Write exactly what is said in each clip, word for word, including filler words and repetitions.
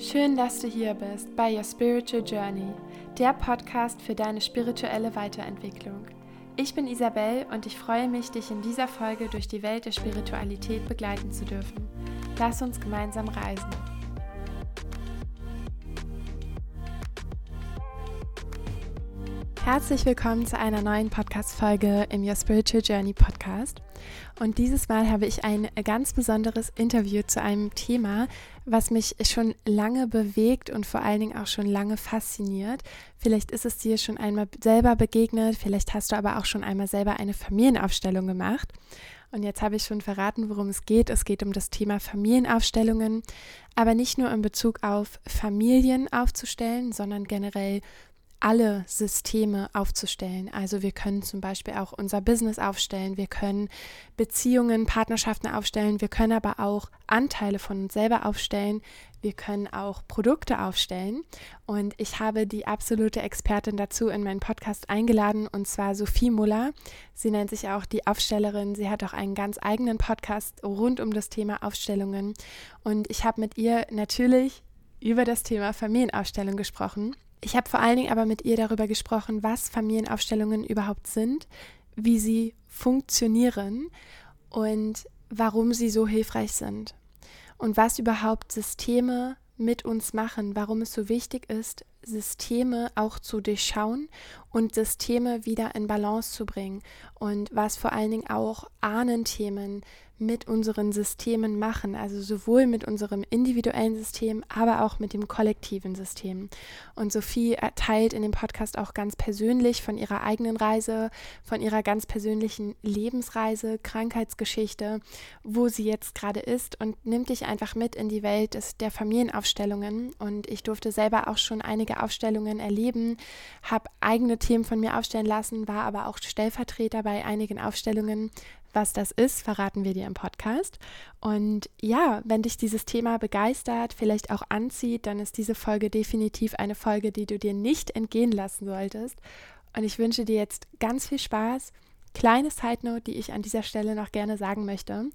Schön, dass du hier bist bei Your Spiritual Journey, der Podcast für deine spirituelle Weiterentwicklung. Ich bin Isabel und ich freue mich, dich in dieser Folge durch die Welt der Spiritualität begleiten zu dürfen. Lass uns gemeinsam reisen. Herzlich willkommen zu einer neuen Podcast-Folge im Your Spiritual Journey Podcast. Und dieses Mal habe ich ein ganz besonderes Interview zu einem Thema, was mich schon lange bewegt und vor allen Dingen auch schon lange fasziniert. Vielleicht ist es dir schon einmal selber begegnet, vielleicht hast du aber auch schon einmal selber eine Familienaufstellung gemacht. Und jetzt habe ich schon verraten, worum es geht. Es geht um das Thema Familienaufstellungen, aber nicht nur in Bezug auf Familien aufzustellen, sondern generell alle Systeme aufzustellen. Also wir können zum Beispiel auch unser Business aufstellen, wir können Beziehungen, Partnerschaften aufstellen, wir können aber auch Anteile von uns selber aufstellen, wir können auch Produkte aufstellen. Und ich habe die absolute Expertin dazu in meinen Podcast eingeladen, und zwar Sophie Muller. Sie nennt sich auch die Aufstellerin. Sie hat auch einen ganz eigenen Podcast rund um das Thema Aufstellungen. Und ich habe mit ihr natürlich über das Thema Familienaufstellung gesprochen. Ich habe vor allen Dingen aber mit ihr darüber gesprochen, was Familienaufstellungen überhaupt sind, wie sie funktionieren und warum sie so hilfreich sind und was überhaupt Systeme mit uns machen, warum es so wichtig ist, Systeme auch zu durchschauen und Systeme wieder in Balance zu bringen und was vor allen Dingen auch Ahnenthemen mit unseren Systemen machen, also sowohl mit unserem individuellen System, aber auch mit dem kollektiven System. Und Sophie teilt in dem Podcast auch ganz persönlich von ihrer eigenen Reise, von ihrer ganz persönlichen Lebensreise, Krankheitsgeschichte, wo sie jetzt gerade ist, und nimmt dich einfach mit in die Welt des, der Familienaufstellungen. Und ich durfte selber auch schon einige Aufstellungen erleben, habe eigene Themen von mir aufstellen lassen, war aber auch Stellvertreter bei einigen Aufstellungen. Was das ist, verraten wir dir im Podcast. Und ja, wenn dich dieses Thema begeistert, vielleicht auch anzieht, dann ist diese Folge definitiv eine Folge, die du dir nicht entgehen lassen solltest. Und ich wünsche dir jetzt ganz viel Spaß. Kleine Side-Note, die ich an dieser Stelle noch gerne sagen möchte.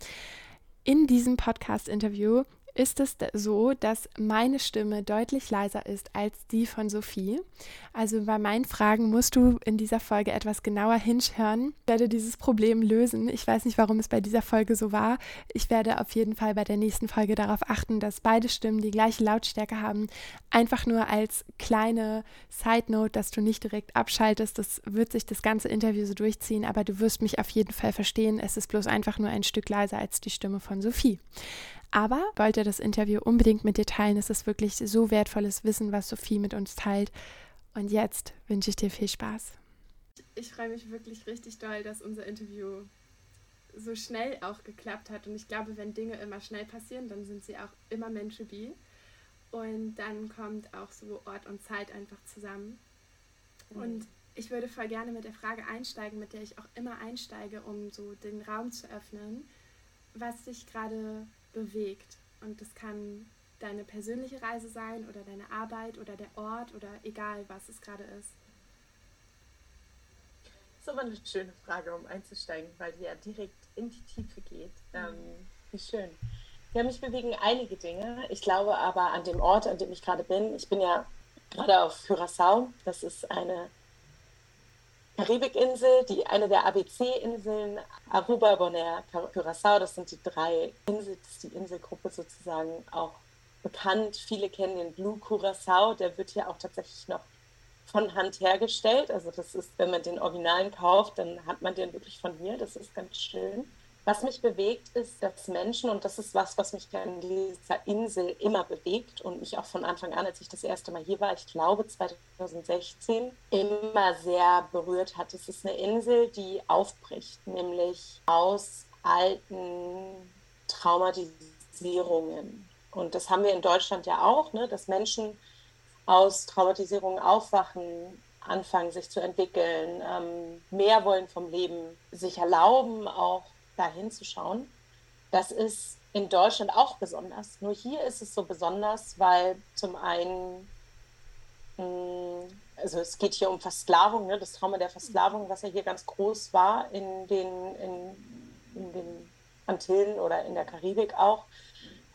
In diesem Podcast-Interview ist es so, dass meine Stimme deutlich leiser ist als die von Sophie. Also bei meinen Fragen musst du in dieser Folge etwas genauer hinhören. Ich werde dieses Problem lösen. Ich weiß nicht, warum es bei dieser Folge so war. Ich werde auf jeden Fall bei der nächsten Folge darauf achten, dass beide Stimmen die gleiche Lautstärke haben. Einfach nur als kleine Side-Note, dass du nicht direkt abschaltest. Das wird sich das ganze Interview so durchziehen, aber du wirst mich auf jeden Fall verstehen. Es ist bloß einfach nur ein Stück leiser als die Stimme von Sophie. Aber ich wollte das Interview unbedingt mit dir teilen. Es ist wirklich so wertvolles Wissen, was Sophie mit uns teilt. Und jetzt wünsche ich dir viel Spaß. Ich freue mich wirklich richtig doll, dass unser Interview so schnell auch geklappt hat. Und ich glaube, wenn Dinge immer schnell passieren, dann sind sie auch immer meant to be. Und dann kommt auch so Ort und Zeit einfach zusammen. Mhm. Und ich würde voll gerne mit der Frage einsteigen, mit der ich auch immer einsteige, um so den Raum zu öffnen, was dich gerade bewegt. Und das kann deine persönliche Reise sein oder deine Arbeit oder der Ort oder egal, was es gerade ist. Das ist aber eine schöne Frage, um einzusteigen, weil die ja direkt in die Tiefe geht. Mhm. Ähm, wie schön. Ja, mich bewegen einige Dinge. Ich glaube aber an dem Ort, an dem ich gerade bin, ich bin ja gerade auf Curaçao. Das ist eine Karibikinsel, die eine der A B C-Inseln, Aruba, Bonaire, Curaçao, das sind die drei Inseln, das ist die Inselgruppe sozusagen auch bekannt. Viele kennen den Blue Curaçao, der wird hier auch tatsächlich noch von Hand hergestellt. Also das ist, wenn man den Originalen kauft, dann hat man den wirklich von hier, das ist ganz schön. Was mich bewegt, ist, dass Menschen, und das ist was, was mich an dieser Insel immer bewegt und mich auch von Anfang an, als ich das erste Mal hier war, ich glaube zweitausendsechzehn, immer sehr berührt hat. Es ist eine Insel, die aufbricht, nämlich aus alten Traumatisierungen. Und das haben wir in Deutschland ja auch, ne, dass Menschen aus Traumatisierungen aufwachen, anfangen sich zu entwickeln, ähm, mehr wollen vom Leben, sich erlauben, auch dahin zu schauen. Das ist in Deutschland auch besonders. Nur hier ist es so besonders, weil zum einen, mh, also es geht hier um Versklavung, ne, das Trauma der Versklavung, was ja hier ganz groß war in den, in, in den Antillen oder in der Karibik auch.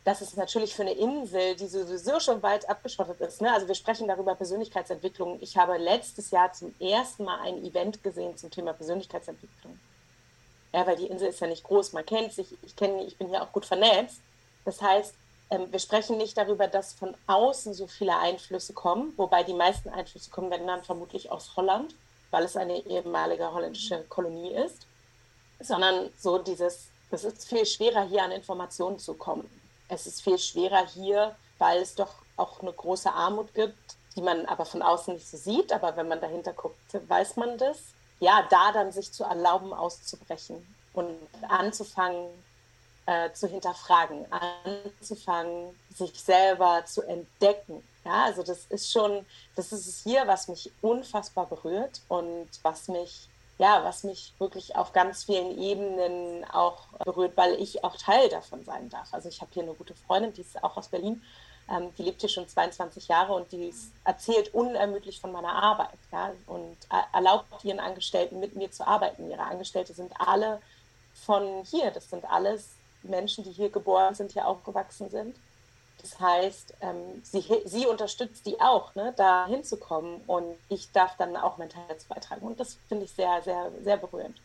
das ist natürlich für eine Insel, die sowieso schon weit abgeschottet ist. Ne? Also wir sprechen darüber Persönlichkeitsentwicklung. Ich habe letztes Jahr zum ersten Mal ein Event gesehen zum Thema Persönlichkeitsentwicklung. Ja, weil die Insel ist ja nicht groß, man kennt sich, ich kenne, ich bin hier auch gut vernetzt. Das heißt, ähm, wir sprechen nicht darüber, dass von außen so viele Einflüsse kommen, wobei die meisten Einflüsse kommen, wenn dann vermutlich aus Holland, weil es eine ehemalige holländische Kolonie ist, sondern so dieses, das ist viel schwerer, hier an Informationen zu kommen. Es ist viel schwerer hier, weil es doch auch eine große Armut gibt, die man aber von außen nicht so sieht. Aber wenn man dahinter guckt, weiß man das. Ja, da dann sich zu erlauben, auszubrechen und anzufangen, äh, zu hinterfragen, anzufangen, sich selber zu entdecken. Ja, also das ist schon, das ist es hier, was mich unfassbar berührt und was mich ja, was mich wirklich auf ganz vielen Ebenen auch berührt, weil ich auch Teil davon sein darf. Also ich habe hier eine gute Freundin, die ist auch aus Berlin, ähm, die lebt hier schon zweiundzwanzig Jahre und die erzählt unermüdlich von meiner Arbeit, ja, und erlaubt ihren Angestellten mit mir zu arbeiten. Ihre Angestellte sind alle von hier, das sind alles Menschen, die hier geboren sind, hier aufgewachsen sind. Das heißt, ähm, sie, sie unterstützt die auch, ne, da hinzukommen und ich darf dann auch meinen Teil dazu beitragen. Und das finde ich sehr, sehr, sehr berührend.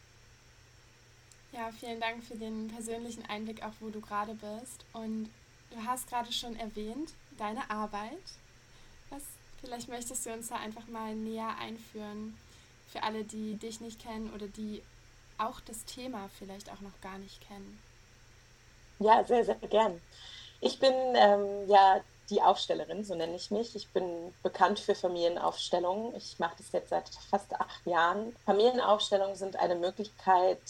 Ja, vielen Dank für den persönlichen Einblick, auch wo du gerade bist. Und du hast gerade schon erwähnt, deine Arbeit. Was, vielleicht möchtest du uns da einfach mal näher einführen für alle, die dich nicht kennen oder die auch das Thema vielleicht auch noch gar nicht kennen. Ja, sehr, sehr gern. Ich bin ähm, ja die Aufstellerin, so nenne ich mich. Ich bin bekannt für Familienaufstellungen. Ich mache das jetzt seit fast acht Jahren. Familienaufstellungen sind eine Möglichkeit,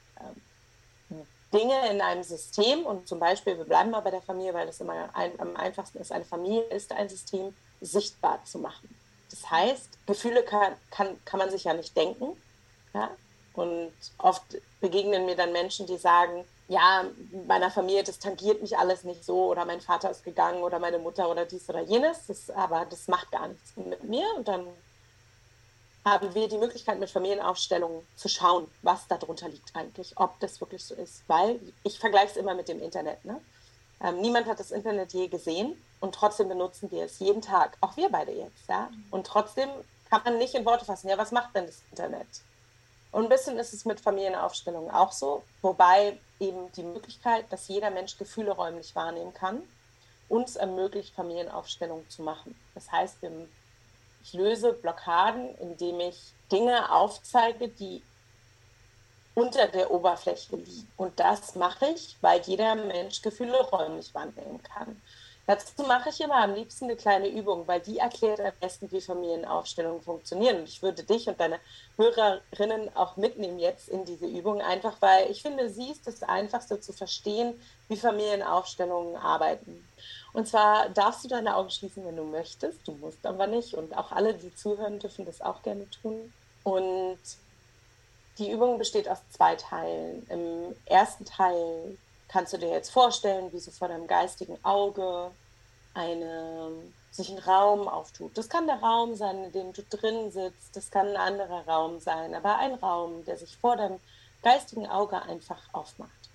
ähm, Dinge in einem System, und zum Beispiel, wir bleiben mal bei der Familie, weil das immer ein, am einfachsten ist, eine Familie ist ein System, sichtbar zu machen. Das heißt, Gefühle kann, kann, kann man sich ja nicht denken. Ja? Und oft begegnen mir dann Menschen, die sagen, ja, meiner Familie, das tangiert mich alles nicht so, oder mein Vater ist gegangen oder meine Mutter oder dies oder jenes, das, aber das macht gar nichts mit mir. Und dann haben wir die Möglichkeit, mit Familienaufstellungen zu schauen, was darunter liegt eigentlich, ob das wirklich so ist. Weil ich vergleiche es immer mit dem Internet. Ne? Ähm, niemand hat das Internet je gesehen und trotzdem benutzen wir es jeden Tag, auch wir beide jetzt. Ja? Und trotzdem kann man nicht in Worte fassen, ja, was macht denn das Internet? Und ein bisschen ist es mit Familienaufstellungen auch so, wobei eben die Möglichkeit, dass jeder Mensch Gefühle räumlich wahrnehmen kann, uns ermöglicht, Familienaufstellungen zu machen. Das heißt, ich löse Blockaden, indem ich Dinge aufzeige, die unter der Oberfläche liegen. Und das mache ich, weil jeder Mensch Gefühle räumlich wahrnehmen kann. Dazu mache ich immer am liebsten eine kleine Übung, weil die erklärt am besten, wie Familienaufstellungen funktionieren. Und ich würde dich und deine Hörerinnen auch mitnehmen jetzt in diese Übung, einfach weil ich finde, sie ist das Einfachste zu verstehen, wie Familienaufstellungen arbeiten. Und zwar darfst du deine Augen schließen, wenn du möchtest. Du musst aber nicht. Und auch alle, die zuhören, dürfen das auch gerne tun. Und die Übung besteht aus zwei Teilen. Im ersten Teil kannst du dir jetzt vorstellen, wie so vor deinem geistigen Auge eine, sich ein Raum auftut. Das kann der Raum sein, in dem du drin sitzt. Das kann ein anderer Raum sein, aber ein Raum, der sich vor deinem geistigen Auge einfach aufmacht.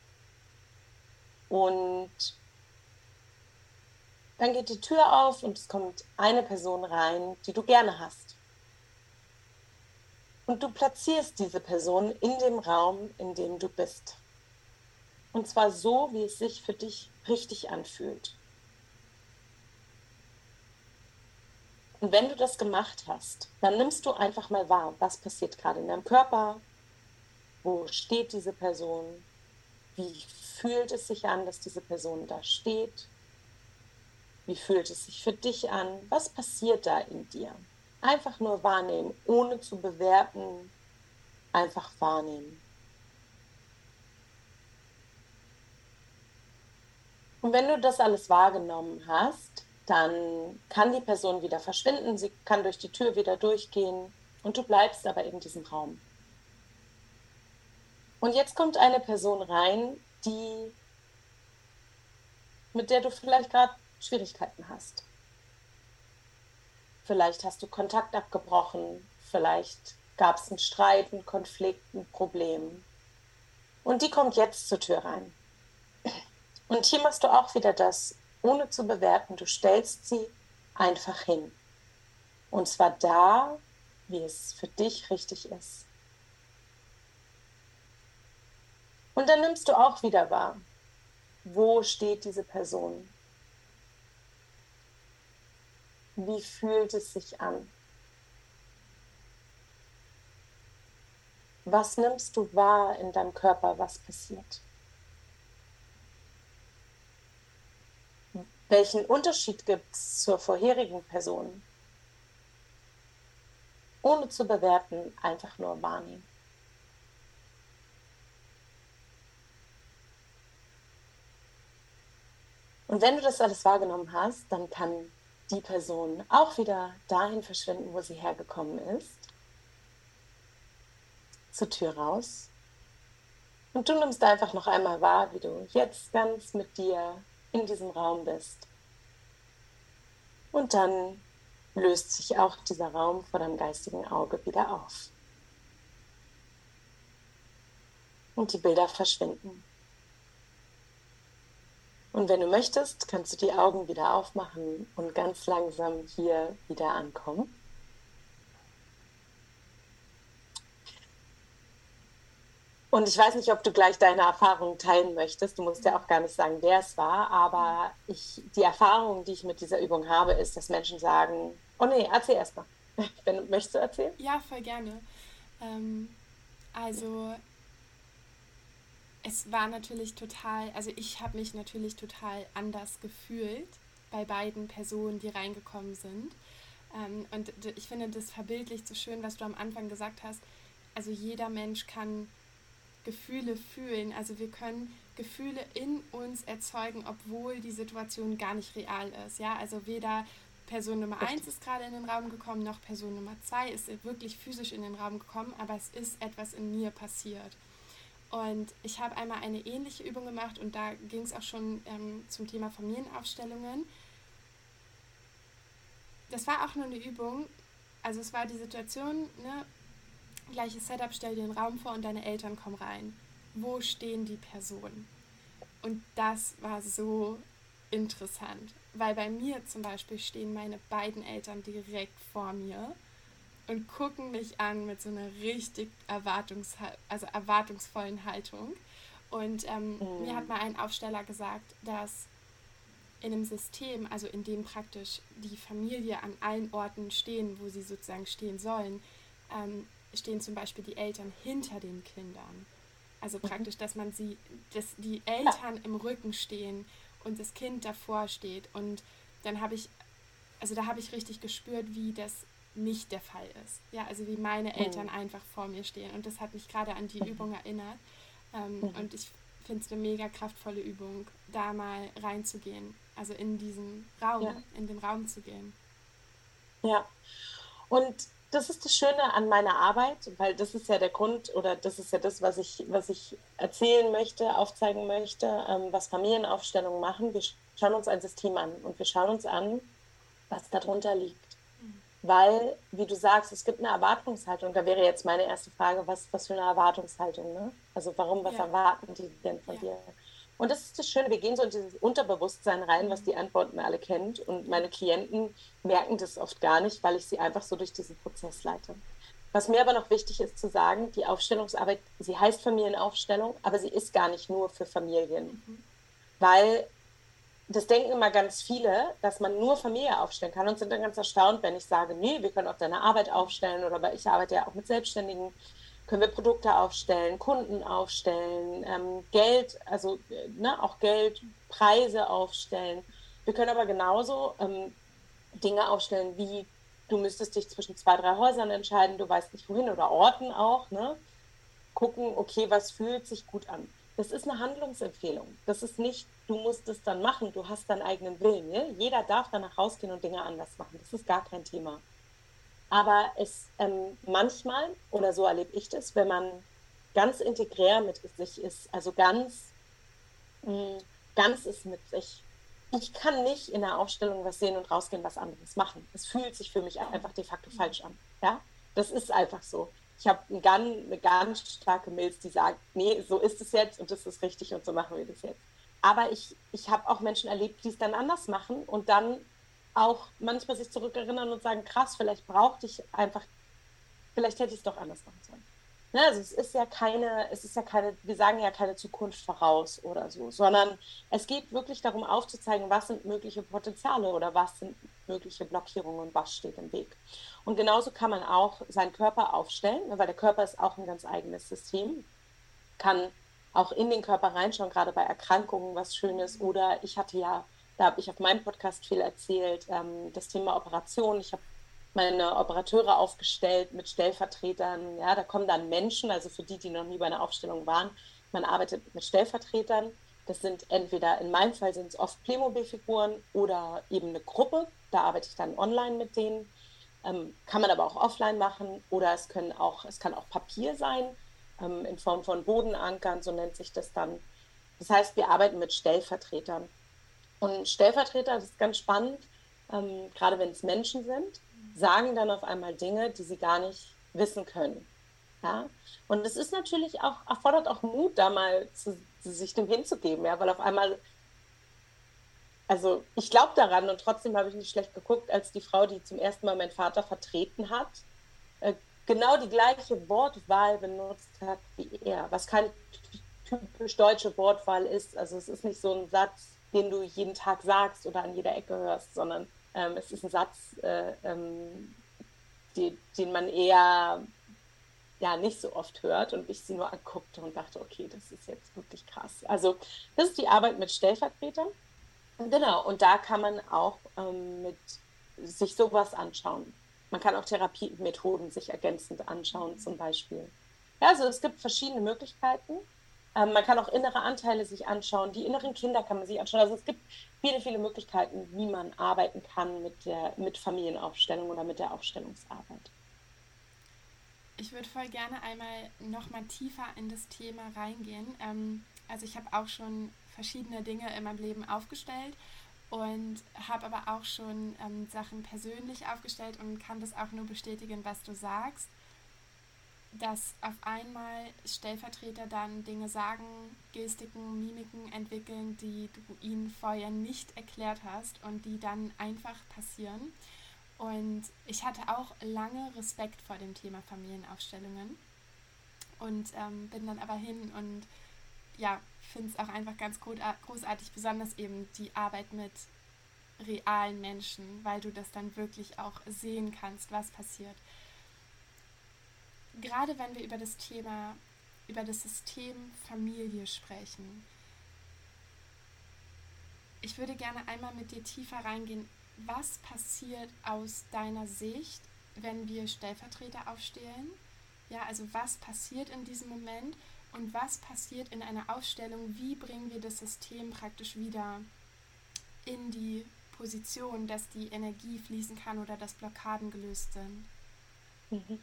Und dann geht die Tür auf und es kommt eine Person rein, die du gerne hast. Und du platzierst diese Person in dem Raum, in dem du bist. Und zwar so, wie es sich für dich richtig anfühlt. Und wenn du das gemacht hast, dann nimmst du einfach mal wahr, was passiert gerade in deinem Körper, wo steht diese Person, wie fühlt es sich an, dass diese Person da steht, wie fühlt es sich für dich an, was passiert da in dir. Einfach nur wahrnehmen, ohne zu bewerten, einfach wahrnehmen. Und wenn du das alles wahrgenommen hast, dann kann die Person wieder verschwinden, sie kann durch die Tür wieder durchgehen und du bleibst aber in diesem Raum. Und jetzt kommt eine Person rein, die, mit der du vielleicht gerade Schwierigkeiten hast. Vielleicht hast du Kontakt abgebrochen, vielleicht gab es einen Streit, einen Konflikt, ein Problem. Und die kommt jetzt zur Tür rein. Und hier machst du auch wieder das, ohne zu bewerten. Du stellst sie einfach hin. Und zwar da, wie es für dich richtig ist. Und dann nimmst du auch wieder wahr, wo steht diese Person? Wie fühlt es sich an? Was nimmst du wahr in deinem Körper, was passiert? Welchen Unterschied gibt es zur vorherigen Person? Ohne zu bewerten, einfach nur wahrnehmen. Und wenn du das alles wahrgenommen hast, dann kann die Person auch wieder dahin verschwinden, wo sie hergekommen ist. Zur Tür raus. Und du nimmst einfach noch einmal wahr, wie du jetzt ganz mit dir in diesem Raum bist. Und dann löst sich auch dieser Raum vor deinem geistigen Auge wieder auf. Und die Bilder verschwinden. Und wenn du möchtest, kannst du die Augen wieder aufmachen und ganz langsam hier wieder ankommen. Und ich weiß nicht, ob du gleich deine Erfahrungen teilen möchtest. Du musst ja auch gar nicht sagen, wer es war. Aber ich, die Erfahrung, die ich mit dieser Übung habe, ist, dass Menschen sagen, oh nee, erzähl erst mal. Wenn, möchtest du erzählen? Ja, voll gerne. Ähm, also es war natürlich total, also ich habe mich natürlich total anders gefühlt bei beiden Personen, die reingekommen sind. Ähm, und ich finde, das verbildlicht so schön, was du am Anfang gesagt hast. Also jeder Mensch kann Gefühle fühlen. Also wir können Gefühle in uns erzeugen, obwohl die Situation gar nicht real ist. Ja, also weder Person Nummer eins ist gerade in den Raum gekommen, noch Person Nummer zwei ist wirklich physisch in den Raum gekommen, aber es ist etwas in mir passiert. Und ich habe einmal eine ähnliche Übung gemacht und da ging es auch schon ähm, zum Thema Familienaufstellungen. Das war auch nur eine Übung, also es war die Situation, ne, gleiches Setup, stell dir den Raum vor und deine Eltern kommen rein. Wo stehen die Personen? Und das war so interessant, weil bei mir zum Beispiel stehen meine beiden Eltern direkt vor mir und gucken mich an mit so einer richtig erwartungs- also erwartungsvollen Haltung. Und ähm, mhm. mir hat mal ein Aufsteller gesagt, dass in einem System, also in dem praktisch die Familie an allen Orten stehen, wo sie sozusagen stehen sollen, ähm, stehen zum Beispiel die Eltern hinter den Kindern. Also praktisch, dass man sie, dass die Eltern im Rücken stehen und das Kind davor steht. Und dann habe ich, also da habe ich richtig gespürt, wie das nicht der Fall ist. Ja, also wie meine Eltern mhm. einfach vor mir stehen. Und das hat mich gerade an die mhm. Übung erinnert. Ähm, mhm. Und ich finde es eine mega kraftvolle Übung, da mal reinzugehen. Also in diesen Raum, ja. in den Raum zu gehen. Ja, und das ist das Schöne an meiner Arbeit, weil das ist ja der Grund oder das ist ja das, was ich, was ich erzählen möchte, aufzeigen möchte, ähm, was Familienaufstellungen machen. Wir schauen uns ein System an und wir schauen uns an, was darunter liegt. Mhm. Weil, wie du sagst, es gibt eine Erwartungshaltung. Da wäre jetzt meine erste Frage, was, was für eine Erwartungshaltung, ne? Also warum, was ja. erwarten die denn von ja. dir? Und das ist das Schöne, wir gehen so in dieses Unterbewusstsein rein, was die Antworten alle kennt. Und meine Klienten merken das oft gar nicht, weil ich sie einfach so durch diesen Prozess leite. Was mir aber noch wichtig ist zu sagen, die Aufstellungsarbeit, sie heißt Familienaufstellung, aber sie ist gar nicht nur für Familien. Mhm. Weil das denken immer ganz viele, dass man nur Familie aufstellen kann und sind dann ganz erstaunt, wenn ich sage, nee, wir können auch deine Arbeit aufstellen oder weil ich arbeite ja auch mit Selbstständigen, können wir Produkte aufstellen, Kunden aufstellen, ähm, Geld, also ne, auch Geld, Preise aufstellen. Wir können aber genauso ähm, Dinge aufstellen, wie du müsstest dich zwischen zwei, drei Häusern entscheiden, du weißt nicht wohin oder Orten auch, ne? Gucken, okay, was fühlt sich gut an. Das ist eine Handlungsempfehlung. Das ist nicht, du musst es dann machen, du hast deinen eigenen Willen. Ne? Jeder darf danach rausgehen und Dinge anders machen. Das ist gar kein Thema. Aber es ähm, manchmal, oder so erlebe ich das, wenn man ganz integrär mit sich ist, also ganz, mh, ganz ist mit sich. Ich kann nicht in der Aufstellung was sehen und rausgehen, was anderes machen. Es fühlt sich für mich einfach de facto falsch an. Ja? Das ist einfach so. Ich habe eine ganz, eine ganz starke Milz, die sagt, nee, so ist es jetzt und das ist richtig und so machen wir das jetzt. aber ich, ich habe auch Menschen erlebt, die es dann anders machen und dann auch manchmal sich zurückerinnern und sagen, krass, vielleicht brauchte ich einfach, vielleicht hätte ich es doch anders machen sollen. Ne, also es ist ja keine, es ist ja keine, wir sagen ja keine Zukunft voraus oder so, sondern es geht wirklich darum aufzuzeigen, was sind mögliche Potenziale oder was sind mögliche Blockierungen und was steht im Weg. Und genauso kann man auch seinen Körper aufstellen, weil der Körper ist auch ein ganz eigenes System, kann auch in den Körper reinschauen, gerade bei Erkrankungen was Schönes. Oder ich hatte ja, da habe ich auf meinem Podcast viel erzählt, ähm, das Thema Operation. Ich habe meine Operateure aufgestellt mit Stellvertretern. Ja, da kommen dann Menschen, also für die, die noch nie bei einer Aufstellung waren, man arbeitet mit Stellvertretern. Das sind entweder, in meinem Fall sind es oft Playmobil-Figuren oder eben eine Gruppe. Da arbeite ich dann online mit denen. Ähm, kann man aber auch offline machen oder es, können auch, es kann auch Papier sein, ähm, in Form von Bodenankern, so nennt sich das dann. Das heißt, wir arbeiten mit Stellvertretern. Und Stellvertreter, das ist ganz spannend, ähm, gerade wenn es Menschen sind, sagen dann auf einmal Dinge, die sie gar nicht wissen können. Ja? Und es ist natürlich auch, erfordert auch Mut, da mal zu, sich dem hinzugeben, ja? Weil auf einmal, also ich glaube daran und trotzdem habe ich nicht schlecht geguckt, als die Frau, die zum ersten Mal meinen Vater vertreten hat, äh, genau die gleiche Wortwahl benutzt hat wie er, was keine typisch deutsche Wortwahl ist. Also es ist nicht so ein Satz, den du jeden Tag sagst oder an jeder Ecke hörst, sondern ähm, es ist ein Satz, äh, ähm, die, den man eher ja nicht so oft hört und ich sie nur anguckte und dachte, okay, das ist jetzt wirklich krass. Also das ist die Arbeit mit Stellvertretern. Genau, und da kann man auch ähm, mit sich sowas anschauen. Man kann auch Therapiemethoden sich ergänzend anschauen, zum Beispiel. Ja, also es gibt verschiedene Möglichkeiten. Ähm, man kann auch innere Anteile sich anschauen. Die inneren Kinder kann man sich anschauen. Also es gibt viele, viele Möglichkeiten, wie man arbeiten kann mit der mit Familienaufstellung oder mit der Aufstellungsarbeit. Ich würde voll gerne einmal noch mal tiefer in das Thema reingehen. Ähm, also ich habe auch schon verschiedene Dinge in meinem Leben aufgestellt und habe aber auch schon ähm, Sachen persönlich aufgestellt und kann das auch nur bestätigen, was du sagst, dass auf einmal Stellvertreter dann Dinge sagen, Gestiken, Mimiken entwickeln, die du ihnen vorher nicht erklärt hast und die dann einfach passieren. Und ich hatte auch lange Respekt vor dem Thema Familienaufstellungen und ähm, bin dann aber hin und ja, finde es auch einfach ganz großartig, besonders eben die Arbeit mit realen Menschen, weil du das dann wirklich auch sehen kannst, was passiert. Gerade wenn wir über das Thema, über das System Familie sprechen, ich würde gerne einmal mit dir tiefer reingehen, was passiert aus deiner Sicht, wenn wir Stellvertreter aufstellen? Ja, also was passiert in diesem Moment und was passiert in einer Aufstellung? Wie bringen wir das System praktisch wieder in die Position, dass die Energie fließen kann oder dass Blockaden gelöst sind? Mhm.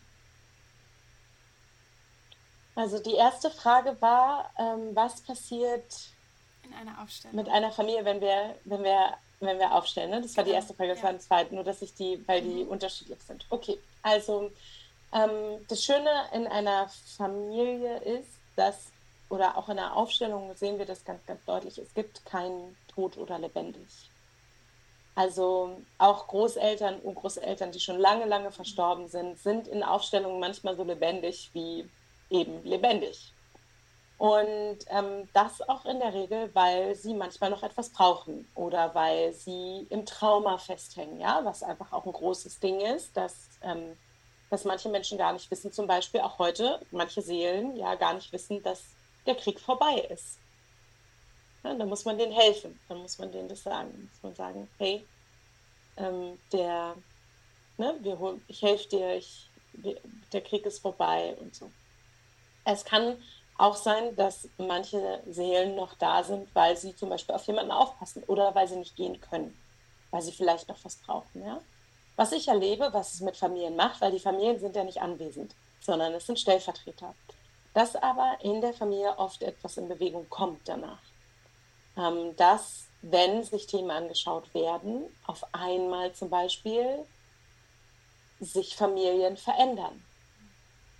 Also die erste Frage war, ähm, was passiert in einer Aufstellung mit einer Familie, wenn wir, wenn wir, wenn wir aufstellen? Ne? Das war genau. Die erste Frage, das ja. war eine zweite, nur dass ich die, weil mhm. die unterschiedlich sind. Okay, also ähm, das Schöne in einer Familie ist, dass, oder auch in einer Aufstellung sehen wir das ganz, ganz deutlich, es gibt kein Tot oder lebendig. Also auch Großeltern, Urgroßeltern, die schon lange, lange verstorben sind, sind in Aufstellungen manchmal so lebendig wie eben lebendig. Und ähm, das auch in der Regel, weil sie manchmal noch etwas brauchen oder weil sie im Trauma festhängen, ja, was einfach auch ein großes Ding ist, dass, ähm, dass manche Menschen gar nicht wissen, zum Beispiel auch heute, manche Seelen ja gar nicht wissen, dass der Krieg vorbei ist. Ja, da muss man denen helfen, dann muss man denen das sagen, da muss man sagen, hey, ähm, der, ne, wir holen, ich helfe dir, ich, der Krieg ist vorbei und so. Es kann auch sein, dass manche Seelen noch da sind, weil sie zum Beispiel auf jemanden aufpassen oder weil sie nicht gehen können, weil sie vielleicht noch was brauchen. Ja? Was ich erlebe, was es mit Familien macht, weil die Familien sind ja nicht anwesend, sondern es sind Stellvertreter, dass aber in der Familie oft etwas in Bewegung kommt danach. Ähm, dass, wenn sich Themen angeschaut werden, auf einmal zum Beispiel sich Familien verändern.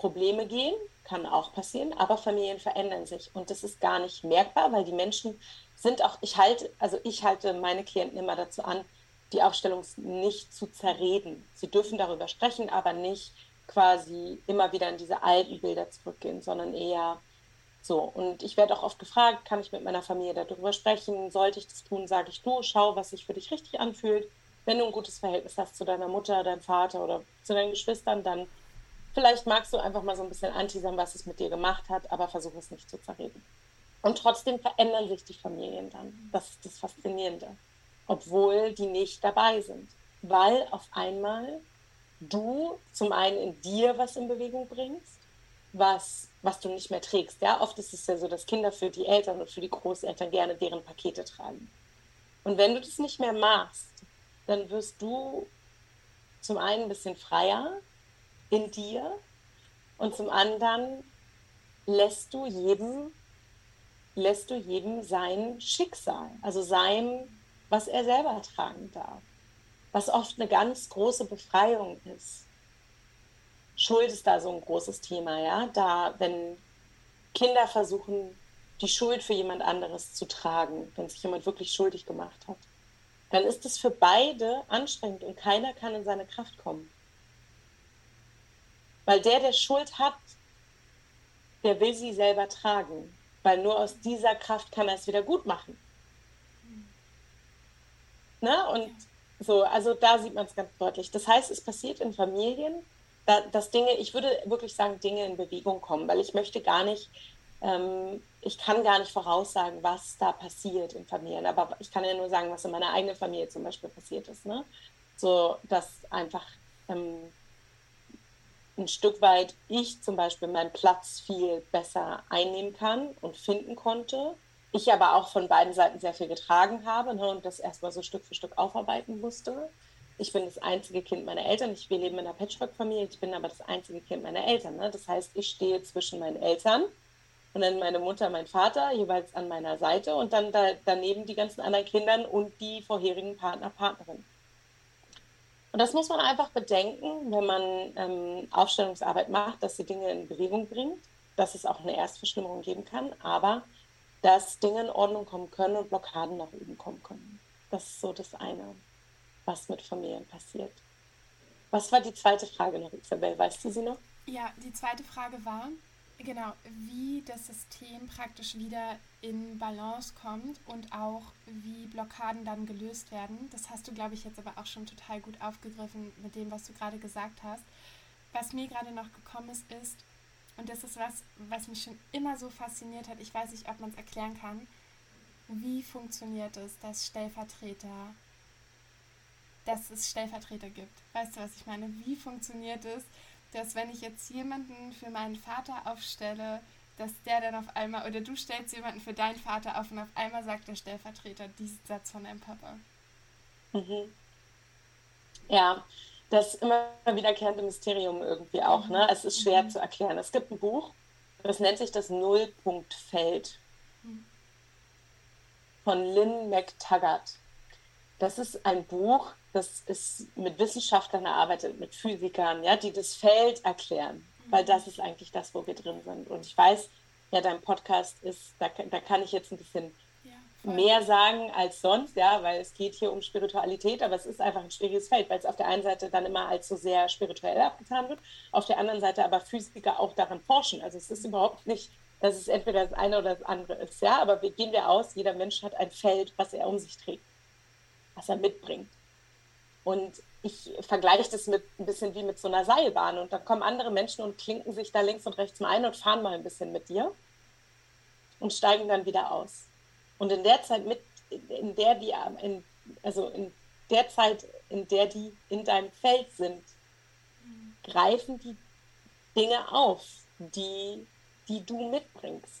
Probleme gehen, kann auch passieren, aber Familien verändern sich und das ist gar nicht merkbar, weil die Menschen sind auch, ich halte, also ich halte meine Klienten immer dazu an, die Aufstellung nicht zu zerreden. Sie dürfen darüber sprechen, aber nicht quasi immer wieder in diese alten Bilder zurückgehen, sondern eher so. Und ich werde auch oft gefragt, kann ich mit meiner Familie darüber sprechen? Sollte ich das tun? Sage ich, du, schau, was sich für dich richtig anfühlt. Wenn du ein gutes Verhältnis hast zu deiner Mutter, deinem Vater oder zu deinen Geschwistern, dann vielleicht magst du einfach mal so ein bisschen anteasern, was es mit dir gemacht hat, aber versuch es nicht zu zerreden. Und trotzdem verändern sich die Familien dann. Das ist das Faszinierende. Obwohl die nicht dabei sind. Weil auf einmal du zum einen in dir was in Bewegung bringst, was, was du nicht mehr trägst. Ja? Oft ist es ja so, dass Kinder für die Eltern und für die Großeltern gerne deren Pakete tragen. Und wenn du das nicht mehr machst, dann wirst du zum einen ein bisschen freier in dir und zum anderen lässt du jedem, lässt du jedem sein Schicksal, also sein, was er selber tragen darf, was oft eine ganz große Befreiung ist. Schuld ist da so ein großes Thema, ja, da, wenn Kinder versuchen, die Schuld für jemand anderes zu tragen, wenn sich jemand wirklich schuldig gemacht hat, dann ist es für beide anstrengend und keiner kann in seine Kraft kommen. Weil der, der Schuld hat, der will sie selber tragen. Weil nur aus dieser Kraft kann er es wieder gut machen. Ne? Und so, also da sieht man es ganz deutlich. Das heißt, es passiert in Familien, da, dass Dinge, ich würde wirklich sagen, Dinge in Bewegung kommen, weil ich möchte gar nicht, ähm, ich kann gar nicht voraussagen, was da passiert in Familien. Aber ich kann ja nur sagen, was in meiner eigenen Familie zum Beispiel passiert ist. Ne? So, dass einfach ähm, ein Stück weit ich zum Beispiel meinen Platz viel besser einnehmen kann und finden konnte. Ich aber auch von beiden Seiten sehr viel getragen habe, ne, und das erstmal so Stück für Stück aufarbeiten musste. Ich bin das einzige Kind meiner Eltern. Ich, wir leben in einer Patchwork-Familie. Ich bin aber das einzige Kind meiner Eltern. Ne? Das heißt, ich stehe zwischen meinen Eltern und dann meine Mutter, mein Vater jeweils an meiner Seite und dann da, daneben die ganzen anderen Kindern und die vorherigen Partner, Partnerinnen. Und das muss man einfach bedenken, wenn man ähm, Aufstellungsarbeit macht, dass sie Dinge in Bewegung bringt, dass es auch eine Erstverschlimmerung geben kann, aber dass Dinge in Ordnung kommen können und Blockaden nach oben kommen können. Das ist so das eine, was mit Familien passiert. Was war die zweite Frage noch, Isabel? Weißt du sie noch? Ja, die zweite Frage war, genau, wie das System praktisch wieder in Balance kommt und auch wie Blockaden dann gelöst werden. Das hast du, glaube ich, jetzt aber auch schon total gut aufgegriffen mit dem, was du gerade gesagt hast. Was mir gerade noch gekommen ist, ist, und das ist was, was mich schon immer so fasziniert hat, ich weiß nicht, ob man es erklären kann, wie funktioniert es, dass Stellvertreter, dass es Stellvertreter gibt. Weißt du, was ich meine? Wie funktioniert es, dass wenn ich jetzt jemanden für meinen Vater aufstelle, dass der dann auf einmal, oder du stellst jemanden für deinen Vater auf und auf einmal sagt der Stellvertreter diesen Satz von deinem Papa. Mhm. Ja, das immer wiederkehrende Mysterium irgendwie auch. Mhm. Ne? Es ist schwer mhm. zu erklären. Es gibt ein Buch, das nennt sich das Nullpunktfeld mhm. von Lynn McTaggart. Das ist ein Buch, das ist mit Wissenschaftlern erarbeitet, mit Physikern, ja, die das Feld erklären, mhm. weil das ist eigentlich das, wo wir drin sind. Und ich weiß, ja, dein Podcast ist, da, da kann ich jetzt ein bisschen ja, mehr sagen als sonst, ja, weil es geht hier um Spiritualität, aber es ist einfach ein schwieriges Feld, weil es auf der einen Seite dann immer als so sehr spirituell abgetan wird, auf der anderen Seite aber Physiker auch daran forschen. Also es ist überhaupt nicht, dass es entweder das eine oder das andere ist, ja, aber wir gehen wir aus, jeder Mensch hat ein Feld, was er um sich trägt, was er mitbringt. Und ich vergleiche das mit ein bisschen wie mit so einer Seilbahn. Und dann kommen andere Menschen und klinken sich da links und rechts mal ein und fahren mal ein bisschen mit dir und steigen dann wieder aus. Und in der Zeit, mit, in der die, in, also in der Zeit, in der die in deinem Feld sind, mhm. greifen die Dinge auf, die, die du mitbringst.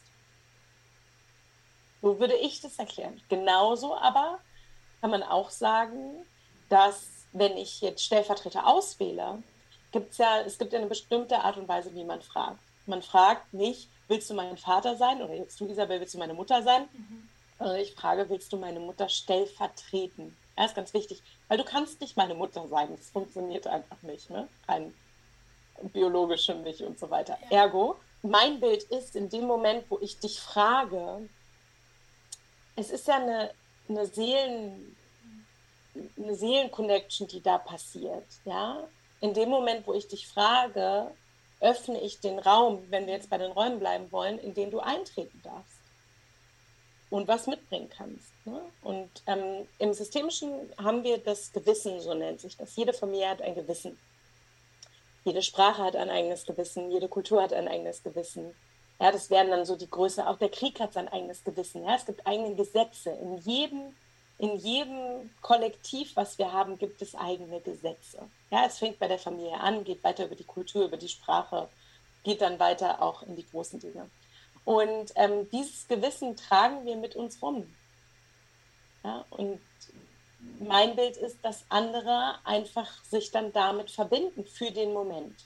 So würde ich das erklären. Genauso aber kann man auch sagen, dass wenn ich jetzt Stellvertreter auswähle, gibt's ja, es gibt ja eine bestimmte Art und Weise, wie man fragt. Man fragt nicht, willst du mein Vater sein? Oder jetzt du, Isabel, willst du meine Mutter sein? Mhm. Sondern ich frage, willst du meine Mutter stellvertreten? Ja, ist ganz wichtig, weil du kannst nicht meine Mutter sein. Das funktioniert einfach nicht. Ne? Rein biologisch für mich und so weiter. Ja. Ergo, mein Bild ist in dem Moment, wo ich dich frage, es ist ja eine, eine Seelen, eine Seelenconnection, die da passiert, ja. In dem Moment, wo ich dich frage, öffne ich den Raum, wenn wir jetzt bei den Räumen bleiben wollen, in den du eintreten darfst und was mitbringen kannst. Ne? Und ähm, im Systemischen haben wir das Gewissen, so nennt sich das. Jede Familie hat ein Gewissen. Jede Sprache hat ein eigenes Gewissen, jede Kultur hat ein eigenes Gewissen. Ja, das werden dann so die Größe, auch der Krieg hat sein eigenes Gewissen. Ja? Es gibt eigene Gesetze. In jedem, in jedem Kollektiv, was wir haben, gibt es eigene Gesetze. Ja, es fängt bei der Familie an, geht weiter über die Kultur, über die Sprache, geht dann weiter auch in die großen Dinge. Und ähm, dieses Gewissen tragen wir mit uns rum. Ja? Und mein Bild ist, dass andere einfach sich dann damit verbinden für den Moment.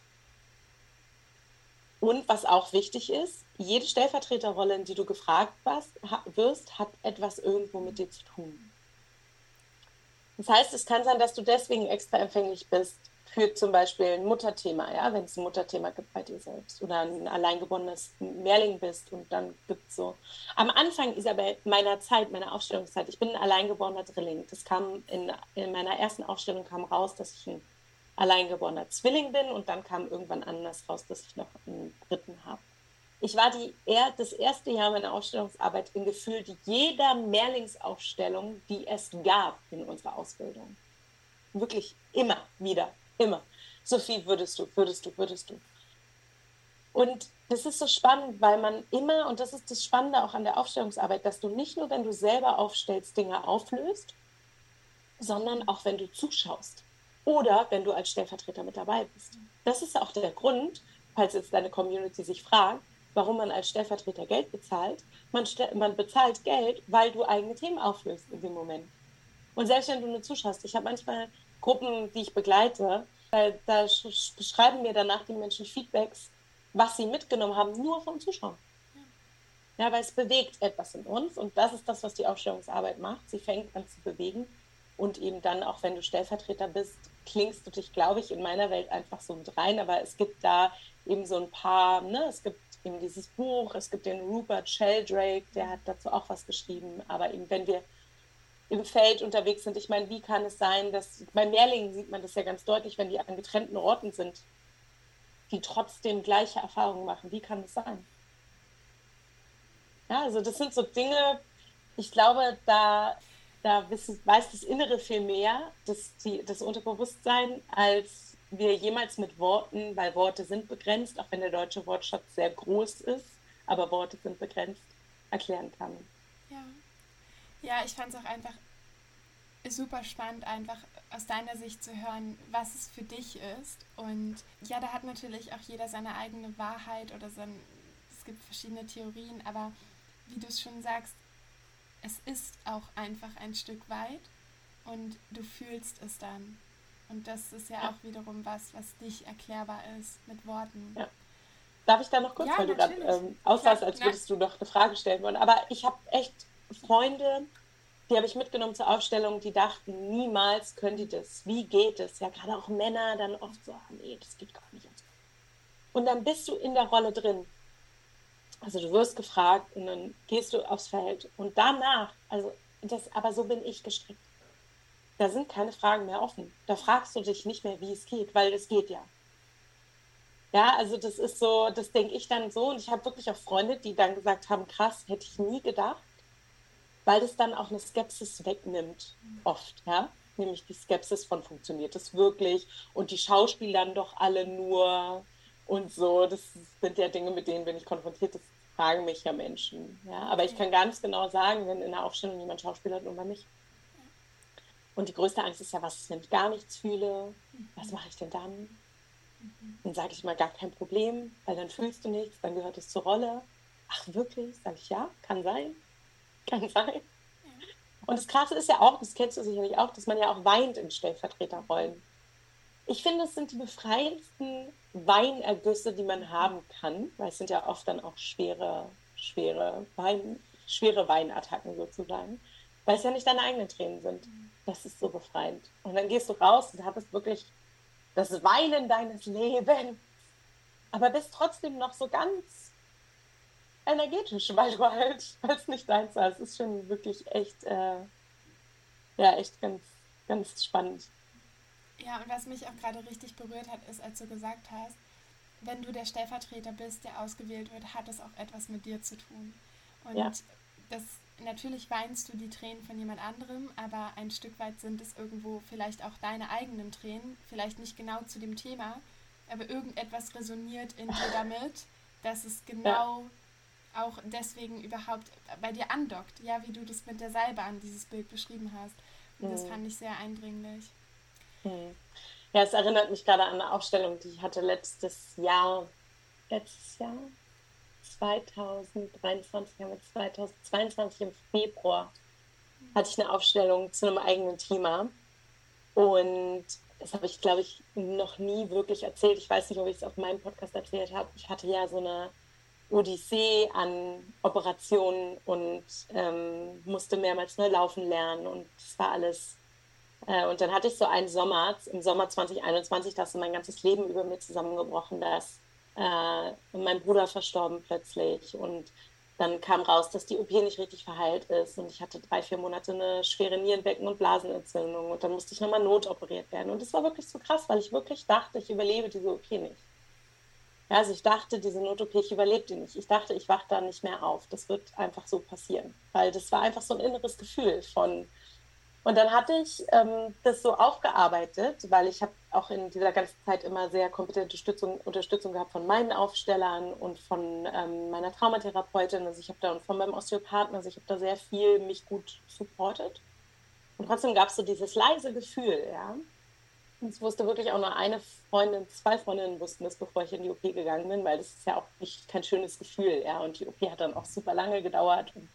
Und was auch wichtig ist, jede Stellvertreterrolle, in die du gefragt wirst, hat etwas irgendwo mit dir zu tun. Das heißt, es kann sein, dass du deswegen extra empfänglich bist für zum Beispiel ein Mutterthema, ja, wenn es ein Mutterthema gibt bei dir selbst oder ein alleingeborenes Mehrling bist und dann gibt es so. Am Anfang, Isabel, meiner Zeit, meiner Aufstellungszeit, ich bin ein alleingeborener Drilling. Das kam in, in meiner ersten Aufstellung kam raus, dass ich ein alleingeborener Zwilling bin und dann kam irgendwann anders raus, dass ich noch einen dritten habe. Ich war die, er, das erste Jahr meiner Aufstellungsarbeit in gefühlt jeder Mehrlingsaufstellung, die es gab in unserer Ausbildung. Wirklich immer wieder, immer. Sophie, würdest du, würdest du, würdest du. Und das ist so spannend, weil man immer, und das ist das Spannende auch an der Aufstellungsarbeit, dass du nicht nur, wenn du selber aufstellst, Dinge auflöst, sondern auch, wenn du zuschaust. Oder wenn du als Stellvertreter mit dabei bist. Das ist auch der Grund, falls jetzt deine Community sich fragt, warum man als Stellvertreter Geld bezahlt. Man, man bezahlt Geld, weil du eigene Themen auflöst in dem Moment. Und selbst wenn du nur zuschaust, ich habe manchmal Gruppen, die ich begleite, da, da beschreiben mir danach die Menschen Feedbacks, was sie mitgenommen haben, nur vom Zuschauen. Ja, weil es bewegt etwas in uns und das ist das, was die Aufstellungsarbeit macht. Sie fängt an zu bewegen. Und eben dann, auch wenn du Stellvertreter bist, klingst du dich, glaube ich, in meiner Welt einfach so mit rein. Aber es gibt da eben so ein paar, ne, es gibt eben dieses Buch, es gibt den Rupert Sheldrake, der hat dazu auch was geschrieben. Aber eben, wenn wir im Feld unterwegs sind, ich meine, wie kann es sein, dass, bei Mehrlingen sieht man das ja ganz deutlich, wenn die an getrennten Orten sind, die trotzdem gleiche Erfahrungen machen. Wie kann das sein? Ja, also das sind so Dinge, ich glaube, da... Da weiß das Innere viel mehr, das, die, das Unterbewusstsein, als wir jemals mit Worten, weil Worte sind begrenzt, auch wenn der deutsche Wortschatz sehr groß ist, aber Worte sind begrenzt, erklären kann. Ja, ja, ich fand es auch einfach super spannend, einfach aus deiner Sicht zu hören, was es für dich ist. Und ja, da hat natürlich auch jeder seine eigene Wahrheit oder sein, es gibt verschiedene Theorien, aber wie du es schon sagst, es ist auch einfach ein Stück weit und du fühlst es dann. Und das ist ja, ja. auch wiederum was, was dich erklärbar ist mit Worten. Ja. Darf ich da noch kurz, ja, weil natürlich. du gerade ähm, aussahst, als würdest du noch eine Frage stellen wollen. Aber ich habe echt Freunde, die habe ich mitgenommen zur Aufstellung, die dachten, niemals können die das. Wie geht es? Ja, gerade auch Männer dann oft so, nee, das geht gar nicht. Und dann bist du in der Rolle drin. Also du wirst gefragt und dann gehst du aufs Feld und danach, also das, aber so bin ich gestrickt. Da sind keine Fragen mehr offen. Da fragst du dich nicht mehr, wie es geht, weil es geht ja. Ja, also das ist so, das denke ich dann so und ich habe wirklich auch Freunde, die dann gesagt haben, krass, hätte ich nie gedacht, weil das dann auch eine Skepsis wegnimmt, oft, ja. Nämlich die Skepsis von, funktioniert das wirklich und die Schauspieler dann doch alle nur... Und so, das sind ja Dinge, mit denen bin ich konfrontiert, das fragen mich ja Menschen. Ja? Aber ich kann ganz genau sagen, wenn in der Aufstellung jemand schauspielert und nicht. Und die größte Angst ist ja, was ist, wenn ich gar nichts fühle? Was mache ich denn dann? Dann sage ich immer, gar kein Problem, weil dann fühlst du nichts, dann gehört es zur Rolle. Ach wirklich? Sage ich, ja, kann sein. Kann sein. Und das Krasse ist ja auch, das kennst du sicherlich auch, dass man ja auch weint in Stellvertreterrollen. Ich finde, es sind die befreiendsten Weinergüsse, die man haben kann, weil es sind ja oft dann auch schwere, schwere, Wein, schwere Weinattacken sozusagen, weil es ja nicht deine eigenen Tränen sind. Das ist so befreiend. Und dann gehst du raus und hattest wirklich das Weinen deines Lebens. aber bist trotzdem noch so ganz energetisch, weil du halt, weil es nicht deins war. Es ist schon wirklich echt, äh, ja, echt ganz, ganz spannend. Ja, und was mich auch gerade richtig berührt hat, ist, als du gesagt hast, wenn du der Stellvertreter bist, der ausgewählt wird, hat es auch etwas mit dir zu tun. Ja, Und das natürlich weinst du die Tränen von jemand anderem, aber ein Stück weit sind es irgendwo vielleicht auch deine eigenen Tränen, vielleicht nicht genau zu dem Thema, aber irgendetwas resoniert in dir damit, dass es ja. genau auch deswegen überhaupt bei dir andockt, ja, wie du das mit der Salbe an dieses Bild beschrieben hast. Und das Hm, fand ich sehr eindringlich. hm. Ja, es erinnert mich gerade an eine Aufstellung, die ich hatte letztes Jahr, letztes Jahr, zwanzig dreiundzwanzig, haben wir zwanzig zweiundzwanzig im Februar, hatte ich eine Aufstellung zu einem eigenen Thema. Und das habe ich, glaube ich, noch nie wirklich erzählt. Ich weiß nicht, ob ich es auf meinem Podcast erzählt habe. Ich hatte ja so eine Odyssee an Operationen und ähm, musste mehrmals neu laufen lernen. Und das war alles. Äh, und dann hatte ich so einen Sommer, im Sommer zwanzig einundzwanzig, da ist so mein ganzes Leben über mir zusammengebrochen. Da ist äh, mein Bruder verstorben plötzlich. Und dann kam raus, dass die O P nicht richtig verheilt ist. Und ich hatte drei, vier Monate eine schwere Nierenbecken- und Blasenentzündung. Und dann musste ich nochmal notoperiert werden. Und das war wirklich so krass, weil ich wirklich dachte, ich überlebe diese O P nicht. Ja, also ich dachte, diese Not-O P, ich überlebe die nicht. Ich dachte, ich wache da nicht mehr auf. Das wird einfach so passieren. Weil das war einfach so ein inneres Gefühl von. Und dann hatte ich ähm, das so aufgearbeitet, weil ich habe auch in dieser ganzen Zeit immer sehr kompetente Unterstützung, Unterstützung gehabt von meinen Aufstellern und von ähm, meiner Traumatherapeutin. Also ich habe da und von meinem Osteopathen, also ich habe da sehr viel mich gut supportet. Und trotzdem gab es so dieses leise Gefühl, ja. Und es wusste wirklich auch nur eine Freundin, zwei Freundinnen wussten das, bevor ich in die O P gegangen bin, weil das ist ja auch nicht kein schönes Gefühl, ja. Und die O P hat dann auch super lange gedauert. Und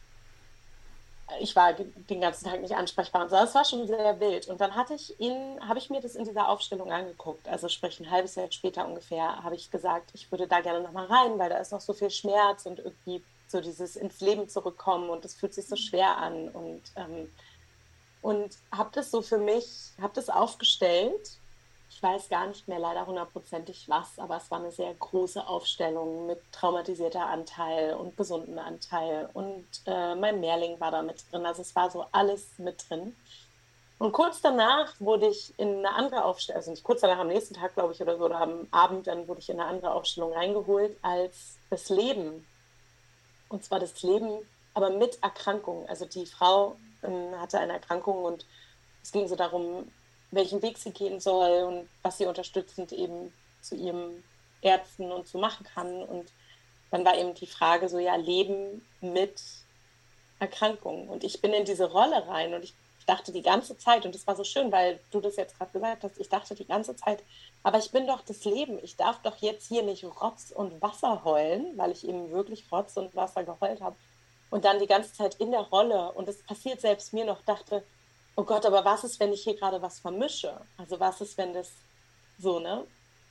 ich war den ganzen Tag nicht ansprechbar und so. Das war schon sehr wild. Und dann hatte ich ihn, habe ich mir das in dieser Aufstellung angeguckt. Also sprich ein halbes Jahr später ungefähr, habe ich gesagt, ich würde da gerne nochmal rein, weil da ist noch so viel Schmerz und irgendwie so dieses ins Leben zurückkommen und es fühlt sich so schwer an. Und, ähm, und habe das so für mich, habe das aufgestellt. Ich weiß gar nicht mehr leider hundertprozentig was, aber es war eine sehr große Aufstellung mit traumatisierter Anteil und gesunden Anteil. Und äh, mein Mehrling war da mit drin. Also es war so alles mit drin. Und kurz danach wurde ich in eine andere Aufstellung, also nicht kurz danach, am nächsten Tag, glaube ich, oder so, oder am Abend, dann wurde ich in eine andere Aufstellung reingeholt als das Leben. Und zwar das Leben, aber mit Erkrankung. Also die Frau ähm, hatte eine Erkrankung und es ging so darum, welchen Weg sie gehen soll und was sie unterstützend eben zu ihren Ärzten und so machen kann. Und dann war eben die Frage so, ja, Leben mit Erkrankung. Und ich bin in diese Rolle rein und ich dachte die ganze Zeit, und das war so schön, weil du das jetzt gerade gesagt hast, ich dachte die ganze Zeit, aber ich bin doch das Leben. Ich darf doch jetzt hier nicht Rotz und Wasser heulen, weil ich eben wirklich Rotz und Wasser geheult habe. Und dann die ganze Zeit in der Rolle, und es passiert selbst mir noch, dachte, oh Gott, aber was ist, wenn ich hier gerade was vermische? Also was ist, wenn das so, ne?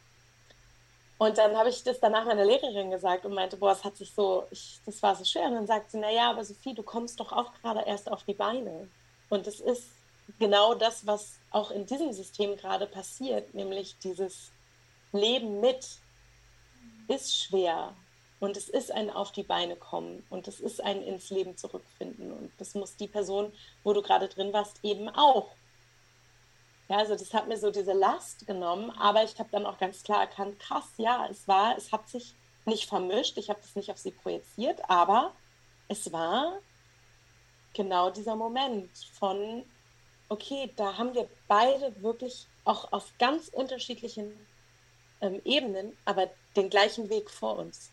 Und dann habe ich das danach meiner Lehrerin gesagt und meinte, boah, es hat sich so, ich, das war so schwer. Und dann sagt sie, naja, aber Sophie, du kommst doch auch gerade erst auf die Beine. Und es ist genau das, was auch in diesem System gerade passiert, nämlich dieses Leben mit ist schwer. Und es ist ein auf die Beine kommen und es ist ein ins Leben zurückfinden. Und das muss die Person, wo du gerade drin warst, eben auch. Ja, also das hat mir so diese Last genommen, aber ich habe dann auch ganz klar erkannt, krass, ja, es war, es hat sich nicht vermischt, ich habe das nicht auf sie projiziert, aber es war genau dieser Moment von, okay, da haben wir beide wirklich auch auf ganz unterschiedlichen ähm, Ebenen, aber den gleichen Weg vor uns.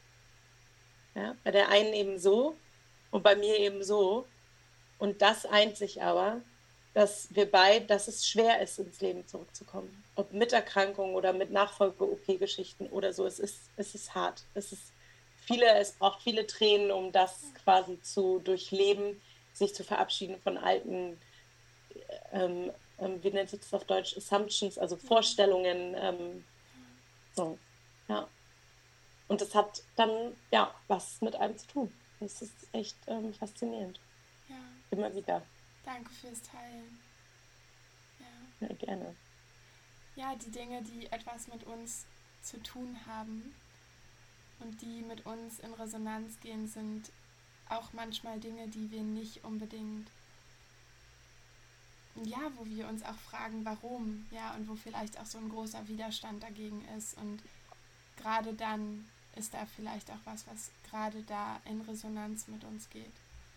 Ja, bei der einen eben so und bei mir eben so. Und das eint sich aber, dass wir beide, dass es schwer ist, ins Leben zurückzukommen. Ob mit Erkrankungen oder mit Nachfolge-O P-Geschichten oder so. Es ist, es ist hart. Es ist viele, es braucht viele Tränen, um das quasi zu durchleben, sich zu verabschieden von alten, ähm, ähm, wie nennt sich das auf Deutsch, Assumptions, also Ja, Vorstellungen. Ähm, so, ja. Und das hat dann, ja, was mit einem zu tun. Das ist echt ähm, faszinierend. ja, Immer wieder. danke fürs Teilen. Ja. Ja, gerne. Ja, die Dinge, die etwas mit uns zu tun haben und die mit uns in Resonanz gehen, sind auch manchmal Dinge, die wir nicht unbedingt, ja, wo wir uns auch fragen, warum, ja, und wo vielleicht auch so ein großer Widerstand dagegen ist. Und gerade dann ist da vielleicht auch was, was gerade da in Resonanz mit uns geht.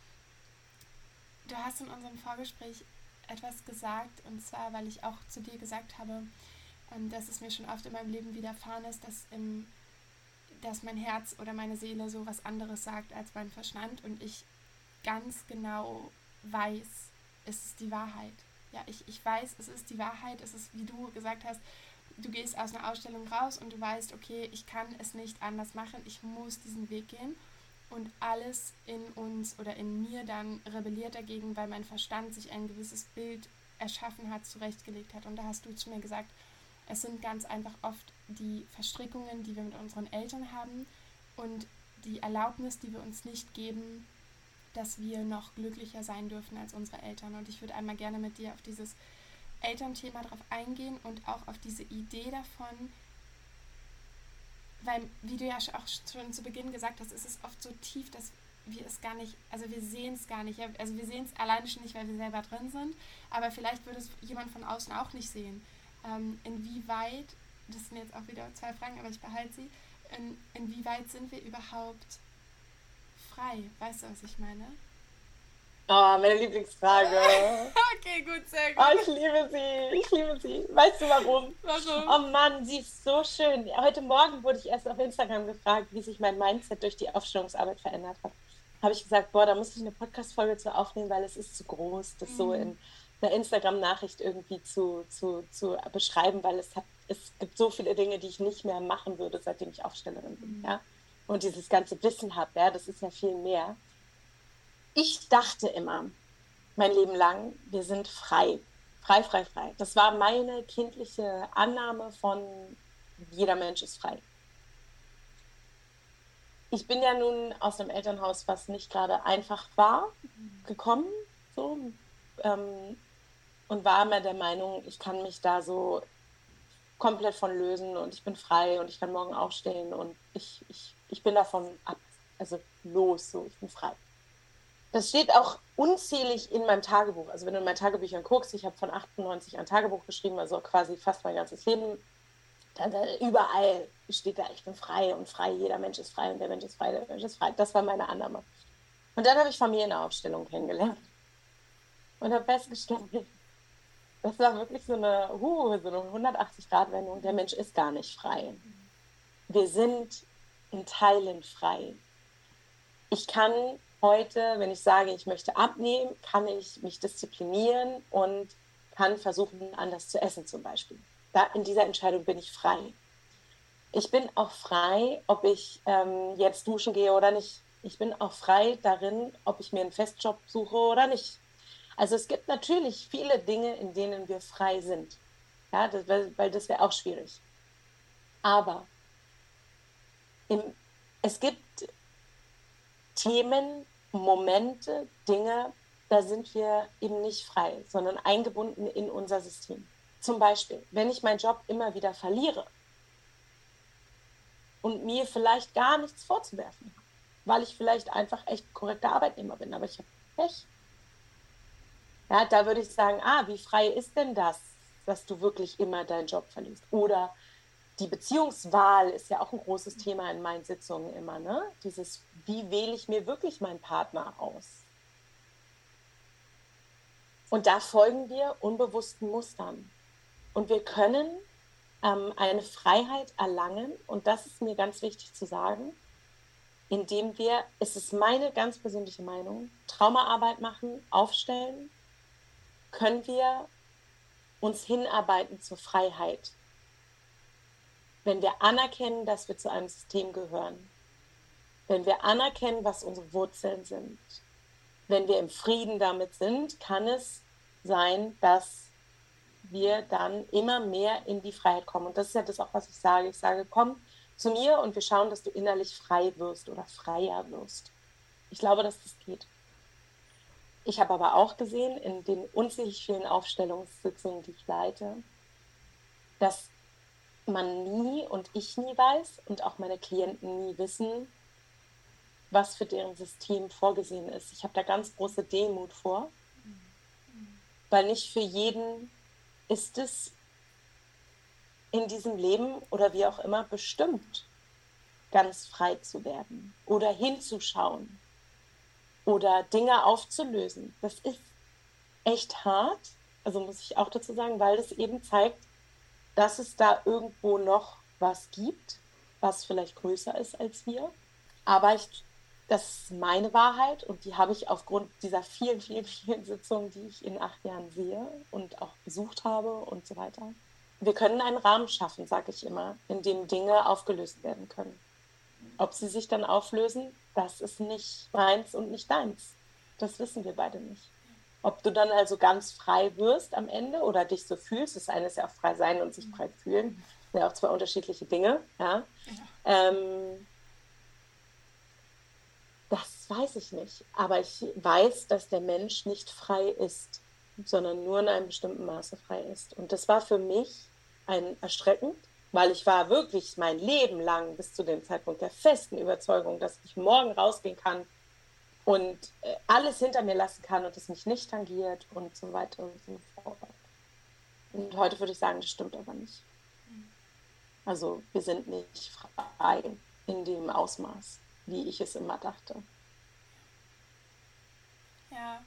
Du hast in unserem Vorgespräch etwas gesagt, und zwar, weil ich auch zu dir gesagt habe, dass es mir schon oft in meinem Leben widerfahren ist, dass, im, dass mein Herz oder meine Seele so was anderes sagt als mein Verstand und ich ganz genau weiß, es ist die Wahrheit. Ja, ich, ich weiß, es ist die Wahrheit, es ist, wie du gesagt hast, du gehst aus einer Ausstellung raus und du weißt, okay, ich kann es nicht anders machen, ich muss diesen Weg gehen. Und alles in uns oder in mir dann rebelliert dagegen, weil mein Verstand sich ein gewisses Bild erschaffen hat, zurechtgelegt hat. Und da hast du zu mir gesagt, es sind ganz einfach oft die Verstrickungen, die wir mit unseren Eltern haben und die Erlaubnis, die wir uns nicht geben, dass wir noch glücklicher sein dürfen als unsere Eltern. Und ich würde einmal gerne mit dir auf dieses Elternthema drauf eingehen und auch auf diese Idee davon, weil, wie du ja auch schon zu Beginn gesagt hast, ist es oft so tief, dass wir es gar nicht, also wir sehen es gar nicht. Also wir sehen es alleine schon nicht, weil wir selber drin sind, aber vielleicht würde es jemand von außen auch nicht sehen. Ähm, inwieweit, das sind jetzt auch wieder zwei Fragen, aber ich behalte sie, in, inwieweit sind wir überhaupt frei? Weißt du, was ich meine? Oh, meine Lieblingsfrage. Okay, gut, sehr gut. Oh, ich liebe sie, ich liebe sie. Weißt du warum? Warum? Oh Mann, sie ist so schön. Heute Morgen wurde ich erst auf Instagram gefragt, wie sich mein Mindset durch die Aufstellungsarbeit verändert hat. Habe ich gesagt, boah, da muss ich eine Podcast-Folge zu aufnehmen, weil es ist zu groß, das mhm. so in einer Instagram-Nachricht irgendwie zu, zu, zu beschreiben, weil es hat, es gibt so viele Dinge, die ich nicht mehr machen würde, seitdem ich Aufstellerin bin. Mhm. Ja? Und dieses ganze Wissen habe, ja, das ist ja viel mehr. Ich dachte immer, mein Leben lang, wir sind frei. Frei, frei, frei. Das war meine kindliche Annahme von, jeder Mensch ist frei. Ich bin ja nun aus einem Elternhaus, was nicht gerade einfach war, gekommen, so, ähm, und war immer der Meinung, ich kann mich da so komplett von lösen und ich bin frei und ich kann morgen aufstehen und ich, ich, ich bin davon ab, also los, so, ich bin frei. Das steht auch unzählig in meinem Tagebuch. Also wenn du in meinen Tagebüchern guckst, ich habe von achtundneunzig ein Tagebuch geschrieben, also quasi fast mein ganzes Leben. Da, da, überall steht da, ich bin frei und frei, jeder Mensch ist frei und der Mensch ist frei, der Mensch ist frei. Das war meine Annahme. Und dann habe ich Familienaufstellung kennengelernt und habe festgestellt, das war wirklich so eine, uh, so eine hundertachtzig-Grad-Wendung. Der Mensch ist gar nicht frei. Wir sind in Teilen frei. Ich kann heute, wenn ich sage, ich möchte abnehmen, kann ich mich disziplinieren und kann versuchen, anders zu essen zum Beispiel. Da, in dieser Entscheidung bin ich frei. Ich bin auch frei, ob ich ähm, jetzt duschen gehe oder nicht. Ich bin auch frei darin, ob ich mir einen Festjob suche oder nicht. Also es gibt natürlich viele Dinge, in denen wir frei sind. Ja, das, weil das wäre auch schwierig. Aber im, es gibt Themen, Momente, Dinge, da sind wir eben nicht frei, sondern eingebunden in unser System. Zum Beispiel, wenn ich meinen Job immer wieder verliere und mir vielleicht gar nichts vorzuwerfen habe, weil ich vielleicht einfach echt korrekter Arbeitnehmer bin, aber ich habe Pech. Ja, da würde ich sagen, ah, wie frei ist denn das, dass du wirklich immer deinen Job verlierst? Oder die Beziehungswahl ist ja auch ein großes Thema in meinen Sitzungen immer, ne? Dieses, wie wähle ich mir wirklich meinen Partner aus? Und da folgen wir unbewussten Mustern. Und wir können ähm, eine Freiheit erlangen, und das ist mir ganz wichtig zu sagen, indem wir, es ist meine ganz persönliche Meinung, Traumaarbeit machen, aufstellen, können wir uns hinarbeiten zur Freiheit. Wenn wir anerkennen, dass wir zu einem System gehören, wenn wir anerkennen, was unsere Wurzeln sind, wenn wir im Frieden damit sind, kann es sein, dass wir dann immer mehr in die Freiheit kommen. Und das ist ja das auch, was ich sage. Ich sage, komm zu mir und wir schauen, dass du innerlich frei wirst oder freier wirst. Ich glaube, dass das geht. Ich habe aber auch gesehen, in den unzählig vielen Aufstellungssitzungen, die ich leite, dass man nie und ich nie weiß und auch meine Klienten nie wissen, was für deren System vorgesehen ist. Ich habe da ganz große Demut vor, weil nicht für jeden ist es in diesem Leben oder wie auch immer bestimmt, ganz frei zu werden oder hinzuschauen oder Dinge aufzulösen. Das ist echt hart, also muss ich auch dazu sagen, weil das eben zeigt, dass es da irgendwo noch was gibt, was vielleicht größer ist als wir. Aber ich, das ist meine Wahrheit und die habe ich aufgrund dieser vielen, vielen, vielen Sitzungen, die ich in acht Jahren sehe und auch besucht habe und so weiter. Wir können einen Rahmen schaffen, sage ich immer, in dem Dinge aufgelöst werden können. Ob sie sich dann auflösen, das ist nicht meins und nicht deins. Das wissen wir beide nicht. Ob du dann also ganz frei wirst am Ende oder dich so fühlst, das eine ist ja auch frei sein und sich frei fühlen, das sind ja auch zwei unterschiedliche Dinge. Ja? Ja. Ähm, das weiß ich nicht, aber ich weiß, dass der Mensch nicht frei ist, sondern nur in einem bestimmten Maße frei ist. Und das war für mich ein erschreckend, weil ich war wirklich mein Leben lang bis zu dem Zeitpunkt der festen Überzeugung, dass ich morgen rausgehen kann und alles hinter mir lassen kann und es mich nicht tangiert und so weiter und so fort. Und heute würde ich sagen, das stimmt aber nicht. Also wir sind nicht frei in dem Ausmaß, wie ich es immer dachte. Ja,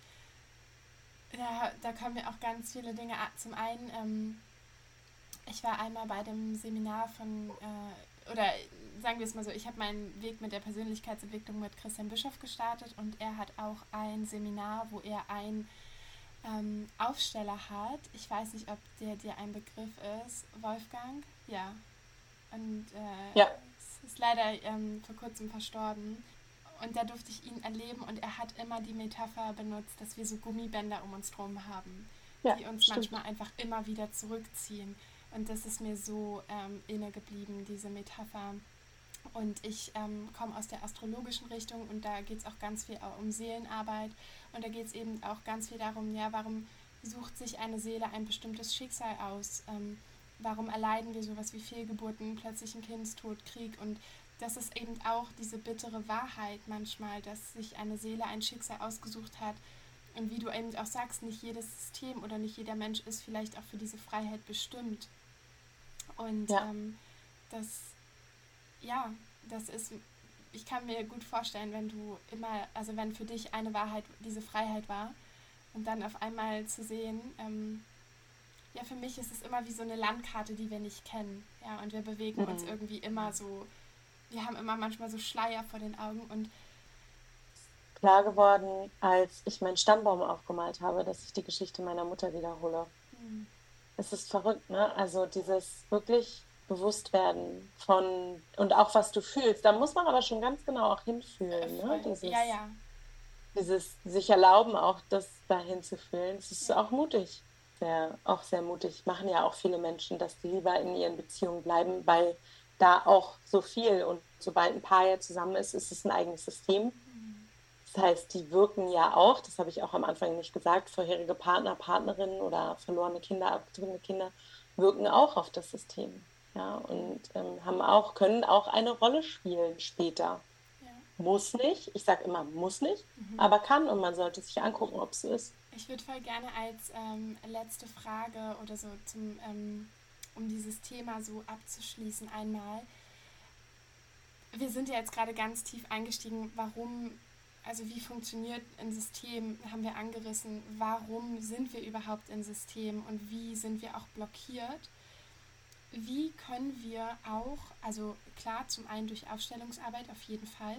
ja, da kommen mir auch ganz viele Dinge. Zum einen, ähm, ich war einmal bei dem Seminar von, äh, oder sagen wir es mal so, ich habe meinen Weg mit der Persönlichkeitsentwicklung mit Christian Bischoff gestartet und er hat auch ein Seminar, wo er einen ähm, Aufsteller hat. Ich weiß nicht, ob der dir ein Begriff ist, Wolfgang. Ja. Und äh, ja. es ist leider ähm, vor kurzem verstorben. Und da durfte ich ihn erleben und er hat immer die Metapher benutzt, dass wir so Gummibänder um uns drum haben, ja, die uns stimmt. manchmal einfach immer wieder zurückziehen. Und das ist mir so ähm, inne geblieben, diese Metapher. Und ich ähm, komme aus der astrologischen Richtung und da geht es auch ganz viel um Seelenarbeit. Und da geht es eben auch ganz viel darum, ja, warum sucht sich eine Seele ein bestimmtes Schicksal aus? Ähm, warum erleiden wir sowas wie Fehlgeburten, plötzlichen Kindstod, Krieg? Und das ist eben auch diese bittere Wahrheit manchmal, dass sich eine Seele ein Schicksal ausgesucht hat. Und wie du eben auch sagst, nicht jedes System oder nicht jeder Mensch ist vielleicht auch für diese Freiheit bestimmt. Und ja. ähm, das, ja, das ist, ich kann mir gut vorstellen, wenn du immer, also wenn für dich eine Wahrheit diese Freiheit war und dann auf einmal zu sehen, ähm, ja, für mich ist es immer wie so eine Landkarte, die wir nicht kennen. Ja, und wir bewegen mhm. uns irgendwie immer so, wir haben immer manchmal so Schleier vor den Augen und klar geworden, als ich meinen Stammbaum aufgemalt habe, dass ich die Geschichte meiner Mutter wiederhole. Mhm. Es ist verrückt, ne? Also dieses wirklich Bewusstwerden von und auch was du fühlst. Da muss man aber schon ganz genau auch hinfühlen, äh, ne? Dieses, ja, ja. Dieses sich erlauben, auch das dahin zu fühlen. Es ist ja. auch mutig. Sehr, auch sehr mutig. Machen ja auch viele Menschen, dass die lieber in ihren Beziehungen bleiben, weil da auch so viel und sobald ein Paar ja zusammen ist, ist es ein eigenes System. Mhm. Das heißt, die wirken ja auch, das habe ich auch am Anfang nicht gesagt, vorherige Partner, Partnerinnen oder verlorene Kinder, abgetriebene Kinder wirken auch auf das System. Ja, und ähm, haben auch, können auch eine Rolle spielen später. Ja. Muss nicht, ich sage immer muss nicht, mhm. aber kann und man sollte sich angucken, ob es so ist. Ich würde voll gerne als ähm, letzte Frage oder so, zum, ähm, um dieses Thema so abzuschließen einmal. Wir sind ja jetzt gerade ganz tief eingestiegen, warum, also wie funktioniert ein System, haben wir angerissen, warum sind wir überhaupt im System und wie sind wir auch blockiert. Wie können wir auch, also klar, zum einen durch Aufstellungsarbeit auf jeden Fall,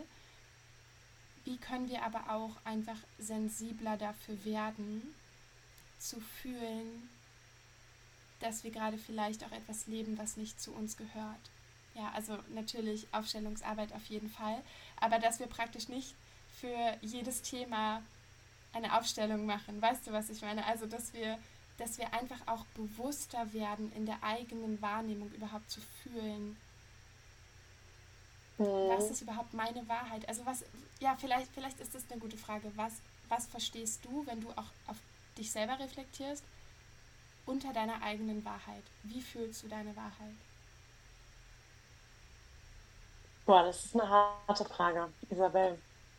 wie können wir aber auch einfach sensibler dafür werden, zu fühlen, dass wir gerade vielleicht auch etwas leben, was nicht zu uns gehört. Ja, also natürlich Aufstellungsarbeit auf jeden Fall, aber dass wir praktisch nicht für jedes Thema eine Aufstellung machen. Weißt du, was ich meine? Also, dass wir, dass wir einfach auch bewusster werden, in der eigenen Wahrnehmung überhaupt zu fühlen, was ist überhaupt meine Wahrheit? Also was, ja, vielleicht, vielleicht ist das eine gute Frage. Was, was verstehst du, wenn du auch auf dich selber reflektierst? unter deiner eigenen Wahrheit? Wie fühlst du deine Wahrheit? Boah, das ist eine harte Frage, Isabel.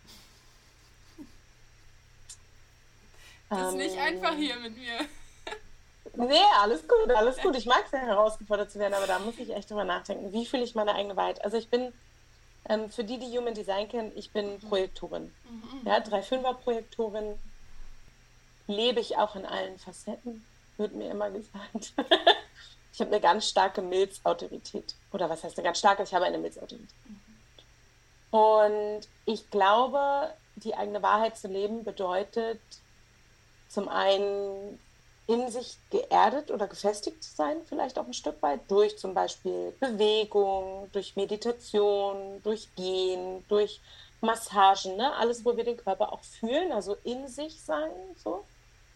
Das ist nicht einfach hier mit mir. Nee, alles gut, alles gut. Ich mag es ja, herausgefordert zu werden, aber da muss ich echt drüber nachdenken. Wie fühle ich meine eigene Wahrheit? Also ich bin, ähm, für die, die Human Design kennen, ich bin Projektorin. Mhm. Ja, drei fünfer Projektorin. Lebe ich auch in allen Facetten, wird mir immer gesagt. Ich habe eine ganz starke Milzautorität. Oder was heißt eine ganz starke? Ich habe eine Milzautorität. Mhm. Und ich glaube, die eigene Wahrheit zu leben bedeutet zum einen in sich geerdet oder gefestigt zu sein, vielleicht auch ein Stück weit, durch zum Beispiel Bewegung, durch Meditation, durch Gehen, durch Massagen, ne? Alles, wo wir den Körper auch fühlen, also in sich sein, so.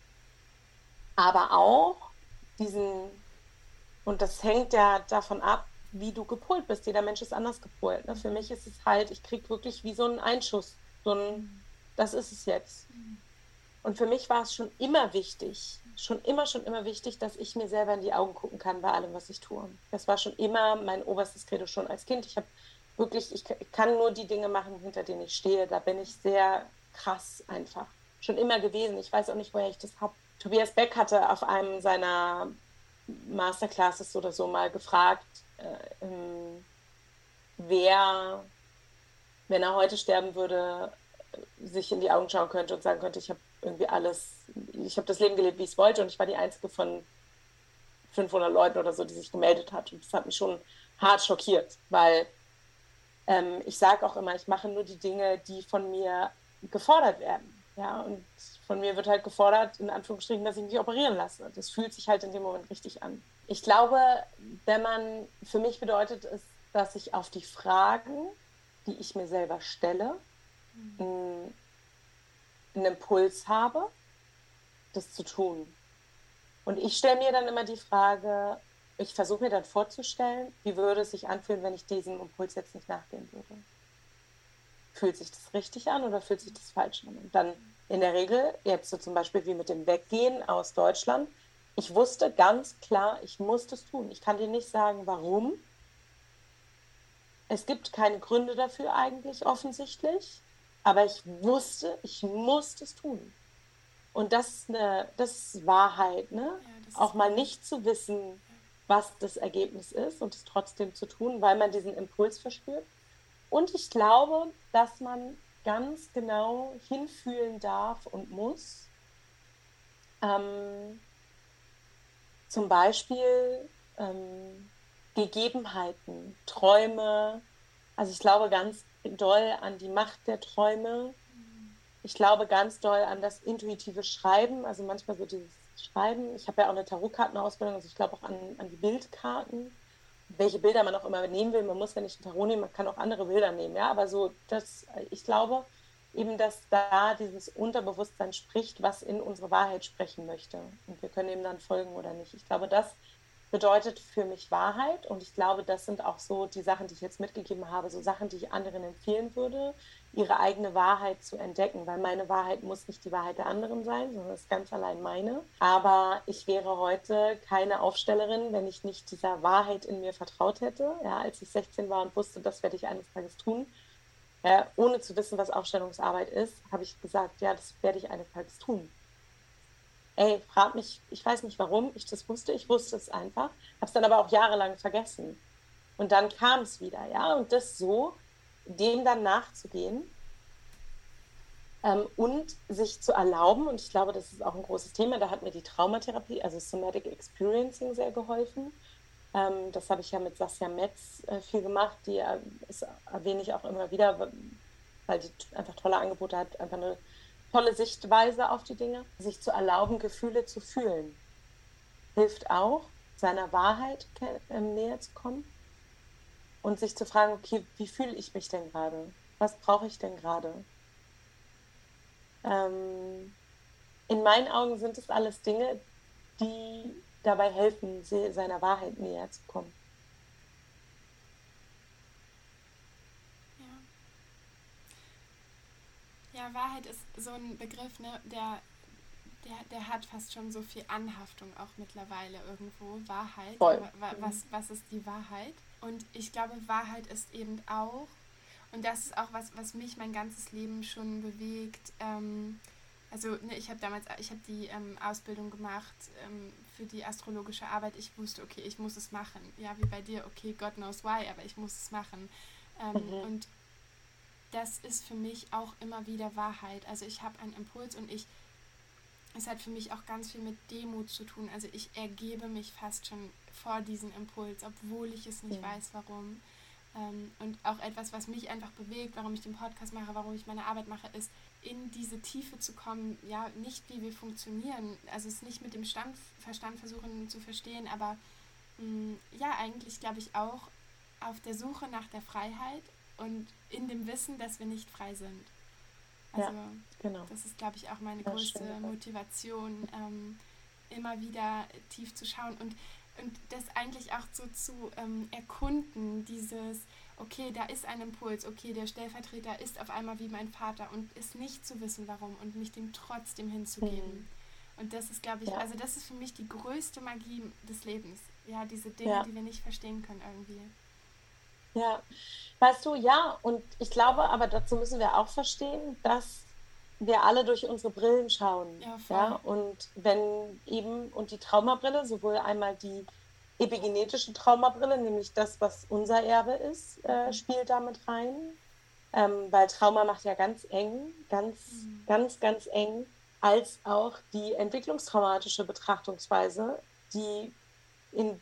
Aber auch diesen, und das hängt ja davon ab, wie du gepolt bist. Jeder Mensch ist anders gepolt. Ne? Für mich ist es halt, ich kriege wirklich wie so einen Einschuss, so ein, das ist es jetzt. Und für mich war es schon immer wichtig, schon immer, schon immer wichtig, dass ich mir selber in die Augen gucken kann bei allem, was ich tue. Das war schon immer mein oberstes Credo, schon als Kind. Ich habe wirklich, ich kann nur die Dinge machen, hinter denen ich stehe. Da bin ich sehr krass einfach. Schon immer gewesen. Ich weiß auch nicht, woher ich das habe. Tobias Beck hatte auf einem seiner Masterclasses oder so mal gefragt, äh, ähm, wer, wenn er heute sterben würde, sich in die Augen schauen könnte und sagen könnte, ich habe irgendwie alles, ich habe das Leben gelebt, wie ich es wollte, und ich war die einzige von fünfhundert Leuten oder so, die sich gemeldet hat. Und das hat mich schon hart schockiert, weil ähm, ich sage auch immer, ich mache nur die Dinge, die von mir gefordert werden. Ja, und von mir wird halt gefordert, in Anführungsstrichen, dass ich mich operieren lasse. Das fühlt sich halt in dem Moment richtig an. Ich glaube, wenn man, für mich bedeutet es, dass ich auf die Fragen, die ich mir selber stelle, mhm. einen Impuls habe, das zu tun. Und ich stelle mir dann immer die Frage, ich versuche mir dann vorzustellen, wie würde es sich anfühlen, wenn ich diesem Impuls jetzt nicht nachgehen würde. Fühlt sich das richtig an oder fühlt sich das falsch an? Und dann in der Regel, jetzt so zum Beispiel wie mit dem Weggehen aus Deutschland, ich wusste ganz klar, ich muss das tun. Ich kann dir nicht sagen, warum. Es gibt keine Gründe dafür eigentlich offensichtlich, aber ich wusste, ich muss das tun. Und das ist, eine, das ist Wahrheit, ne? Ja, das auch mal Wahrheit. Nicht zu wissen, was das Ergebnis ist und es trotzdem zu tun, weil man diesen Impuls verspürt. Und ich glaube, dass man ganz genau hinfühlen darf und muss. Ähm, zum Beispiel ähm, Gegebenheiten, Träume. Also ich glaube ganz doll an die Macht der Träume. Ich glaube ganz doll an das intuitive Schreiben, also manchmal so dieses Schreiben. Ich habe ja auch eine Tarotkartenausbildung, also ich glaube auch an, an die Bildkarten. Welche Bilder man auch immer nehmen will, man muss ja nicht ein Tarot nehmen, man kann auch andere Bilder nehmen, ja, aber so, das, ich glaube eben, dass da dieses Unterbewusstsein spricht, was in unsere Wahrheit sprechen möchte, und wir können ihm dann folgen oder nicht. Ich glaube, das bedeutet für mich Wahrheit, und ich glaube, das sind auch so die Sachen, die ich jetzt mitgegeben habe, so Sachen, die ich anderen empfehlen würde, ihre eigene Wahrheit zu entdecken, weil meine Wahrheit muss nicht die Wahrheit der anderen sein, sondern das ist ganz allein meine. Aber ich wäre heute keine Aufstellerin, wenn ich nicht dieser Wahrheit in mir vertraut hätte. Ja, als ich sechzehn war und wusste, das werde ich eines Tages tun, ja, ohne zu wissen, was Aufstellungsarbeit ist, habe ich gesagt, ja, das werde ich eines Tages tun. Ey, frag mich, ich weiß nicht, warum ich das wusste, ich wusste es einfach, habe es dann aber auch jahrelang vergessen. Und dann kam es wieder, ja, und das so, dem dann nachzugehen ähm, und sich zu erlauben, und ich glaube, das ist auch ein großes Thema, da hat mir die Traumatherapie, also Somatic Experiencing, sehr geholfen. Ähm, das habe ich ja mit Sascha Metz äh, viel gemacht, die äh, ist, erwähne ich auch immer wieder, weil die einfach tolle Angebote hat, einfach eine tolle Sichtweise auf die Dinge. Sich zu erlauben, Gefühle zu fühlen, hilft auch, seiner Wahrheit äh, näher zu kommen und sich zu fragen, okay, wie fühle ich mich denn gerade? Was brauche ich denn gerade? Ähm, in meinen Augen sind es alles Dinge, die dabei helfen, seiner Wahrheit näher zu kommen. Ja, Wahrheit ist so ein Begriff, ne, der der, der hat fast schon so viel Anhaftung auch mittlerweile irgendwo, Wahrheit. Voll. Aber was, was ist die Wahrheit? Und ich glaube, Wahrheit ist eben auch, und das ist auch was, was mich mein ganzes Leben schon bewegt. Ähm, also ne, ich habe damals, ich habe die ähm, Ausbildung gemacht ähm, für die astrologische Arbeit. Ich wusste, okay, ich muss es machen. Ja, wie bei dir, okay, God knows why, aber ich muss es machen. Ähm, Mhm. Und das ist für mich auch immer wieder Wahrheit. Also ich habe einen Impuls und ich, es hat für mich auch ganz viel mit Demut zu tun. Also ich ergebe mich fast schon vor diesen Impuls, obwohl ich es nicht Mhm. weiß, warum. Ähm, und auch etwas, was mich einfach bewegt, warum ich den Podcast mache, warum ich meine Arbeit mache, ist, in diese Tiefe zu kommen, ja, nicht wie wir funktionieren, also es nicht mit dem Stand, Verstand versuchen zu verstehen, aber mh, ja, eigentlich glaube ich auch auf der Suche nach der Freiheit und in dem Wissen, dass wir nicht frei sind. Also Ja, genau. das ist, glaube ich, auch meine Ja, größte schön. Motivation, ähm, immer wieder tief zu schauen und, und das eigentlich auch so zu ähm, erkunden, dieses, okay, da ist ein Impuls, okay, der Stellvertreter ist auf einmal wie mein Vater und ist nicht zu wissen, warum und mich dem trotzdem hinzugeben. Mhm. Und das ist, glaube ich, Ja. also das ist für mich die größte Magie des Lebens. Ja, diese Dinge, Ja. die wir nicht verstehen können irgendwie. Ja, weißt du, ja, und ich glaube, aber dazu müssen wir auch verstehen, dass wir alle durch unsere Brillen schauen. Ja, voll. Ja, und wenn eben, und die Traumabrille, sowohl einmal die epigenetische Traumabrille, nämlich das, was unser Erbe ist, äh, spielt damit rein. Ähm, weil Trauma macht ja ganz eng, ganz, Mhm. ganz, ganz eng, als auch die entwicklungstraumatische Betrachtungsweise, die in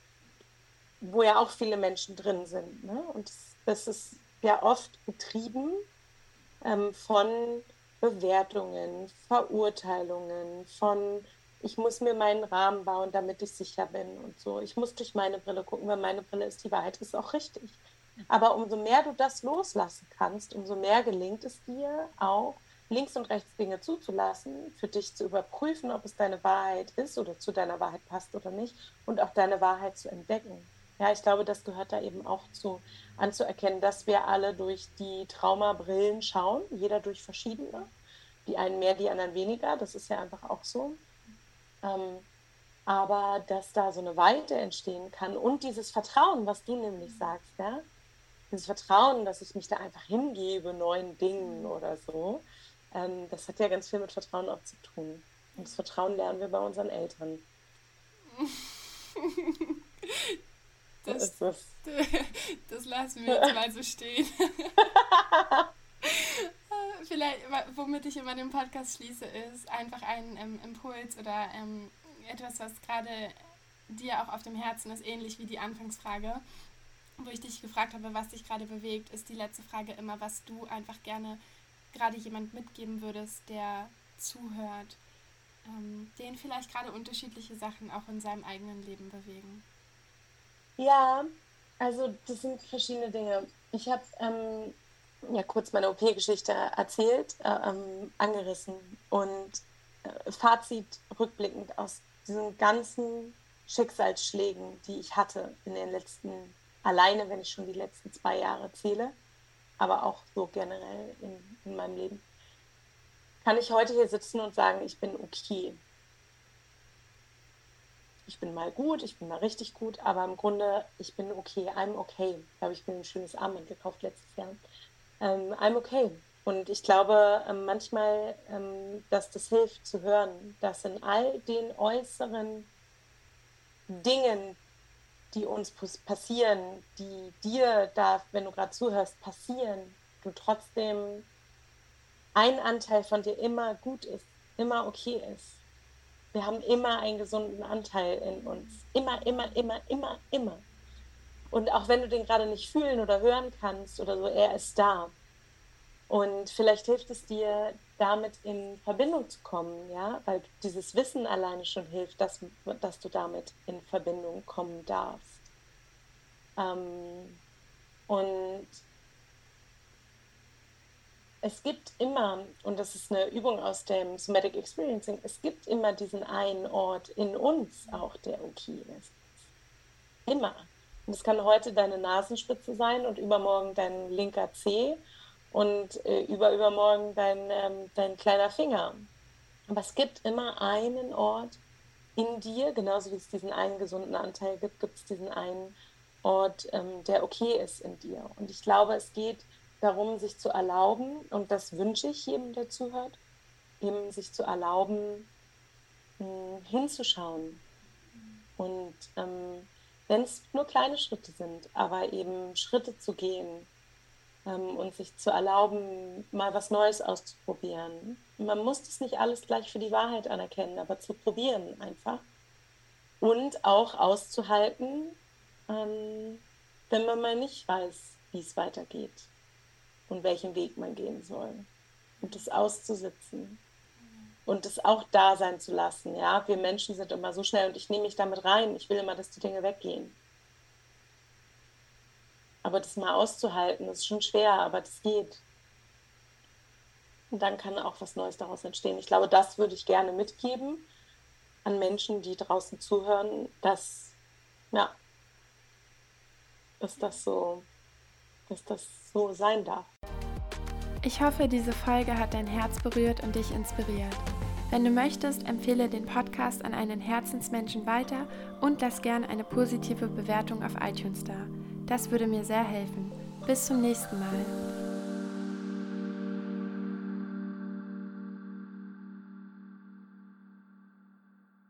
wo ja auch viele Menschen drin sind. Ne? Und das, das ist ja oft getrieben ähm, von Bewertungen, Verurteilungen, von ich muss mir meinen Rahmen bauen, damit ich sicher bin und so. Ich muss durch meine Brille gucken, weil meine Brille ist die Wahrheit, ist auch richtig. Aber umso mehr du das loslassen kannst, umso mehr gelingt es dir auch, links und rechts Dinge zuzulassen, für dich zu überprüfen, ob es deine Wahrheit ist oder zu deiner Wahrheit passt oder nicht und auch deine Wahrheit zu entdecken. Ja, ich glaube, das gehört da eben auch zu, anzuerkennen, dass wir alle durch die Traumabrillen schauen, jeder durch verschiedene, die einen mehr, die anderen weniger, das ist ja einfach auch so. Ähm, aber dass da so eine Weite entstehen kann und dieses Vertrauen, was du nämlich sagst, ja, dieses Vertrauen, dass ich mich da einfach hingebe neuen Dingen oder so, ähm, das hat ja ganz viel mit Vertrauen auch zu tun. Und das Vertrauen lernen wir bei unseren Eltern. So Das, ist es. das lassen wir jetzt mal so stehen. Vielleicht, womit ich immer den Podcast schließe, ist einfach ein ähm, Impuls oder ähm, etwas, was gerade dir auch auf dem Herzen ist, ähnlich wie die Anfangsfrage, wo ich dich gefragt habe, was dich gerade bewegt, ist die letzte Frage immer, was du einfach gerne gerade jemand mitgeben würdest, der zuhört, ähm, den vielleicht gerade unterschiedliche Sachen auch in seinem eigenen Leben bewegen. Ja, also das sind verschiedene Dinge. Ich habe ähm, ja kurz meine O P-Geschichte erzählt, äh, ähm, angerissen und äh, Fazit rückblickend aus diesen ganzen Schicksalsschlägen, die ich hatte in den letzten, alleine, wenn ich schon die letzten zwei Jahre zähle, aber auch so generell in, in meinem Leben, kann ich heute hier sitzen und sagen, ich bin okay. Ich bin mal gut, ich bin mal richtig gut, aber im Grunde, ich bin okay, I'm okay. Ich glaube, ich bin ein schönes Armband gekauft letztes Jahr. Ähm, I'm okay. Und ich glaube ähm, manchmal, ähm, dass das hilft zu hören, dass in all den äußeren Dingen, die uns passieren, die dir da, wenn du gerade zuhörst, passieren, du trotzdem ein Anteil von dir immer gut ist, immer okay ist. Wir haben immer einen gesunden Anteil in uns. Immer, immer, immer, immer, immer. Und auch wenn du den gerade nicht fühlen oder hören kannst oder so, er ist da. Und vielleicht hilft es dir, damit in Verbindung zu kommen, ja, weil dieses Wissen alleine schon hilft, dass, dass du damit in Verbindung kommen darfst. Ähm, und es gibt immer, und das ist eine Übung aus dem Somatic Experiencing, es gibt immer diesen einen Ort in uns auch, der okay ist. Immer. Und es kann heute deine Nasenspitze sein und übermorgen dein linker Zeh und äh, überübermorgen dein, ähm, dein kleiner Finger. Aber es gibt immer einen Ort in dir, genauso wie es diesen einen gesunden Anteil gibt, gibt es diesen einen Ort, ähm, der okay ist in dir. Und ich glaube, es geht darum, sich zu erlauben, und das wünsche ich jedem, der zuhört, eben sich zu erlauben, mh, hinzuschauen. Und ähm, wenn es nur kleine Schritte sind, aber eben Schritte zu gehen, ähm, und sich zu erlauben, mal was Neues auszuprobieren. Man muss das nicht alles gleich für die Wahrheit anerkennen, aber zu probieren einfach. Und auch auszuhalten, ähm, wenn man mal nicht weiß, wie es weitergeht und welchen Weg man gehen soll. Und das auszusitzen. Und das auch da sein zu lassen. Ja? Wir Menschen sind immer so schnell und ich nehme mich damit rein. Ich will immer, dass die Dinge weggehen. Aber das mal auszuhalten, ist schon schwer, aber das geht. Und dann kann auch was Neues daraus entstehen. Ich glaube, das würde ich gerne mitgeben an Menschen, die draußen zuhören, dass, ja, dass das so, dass das so sein darf. Ich hoffe, diese Folge hat dein Herz berührt und dich inspiriert. Wenn du möchtest, empfehle den Podcast an einen Herzensmenschen weiter und lass gerne eine positive Bewertung auf iTunes da. Das würde mir sehr helfen. Bis zum nächsten Mal.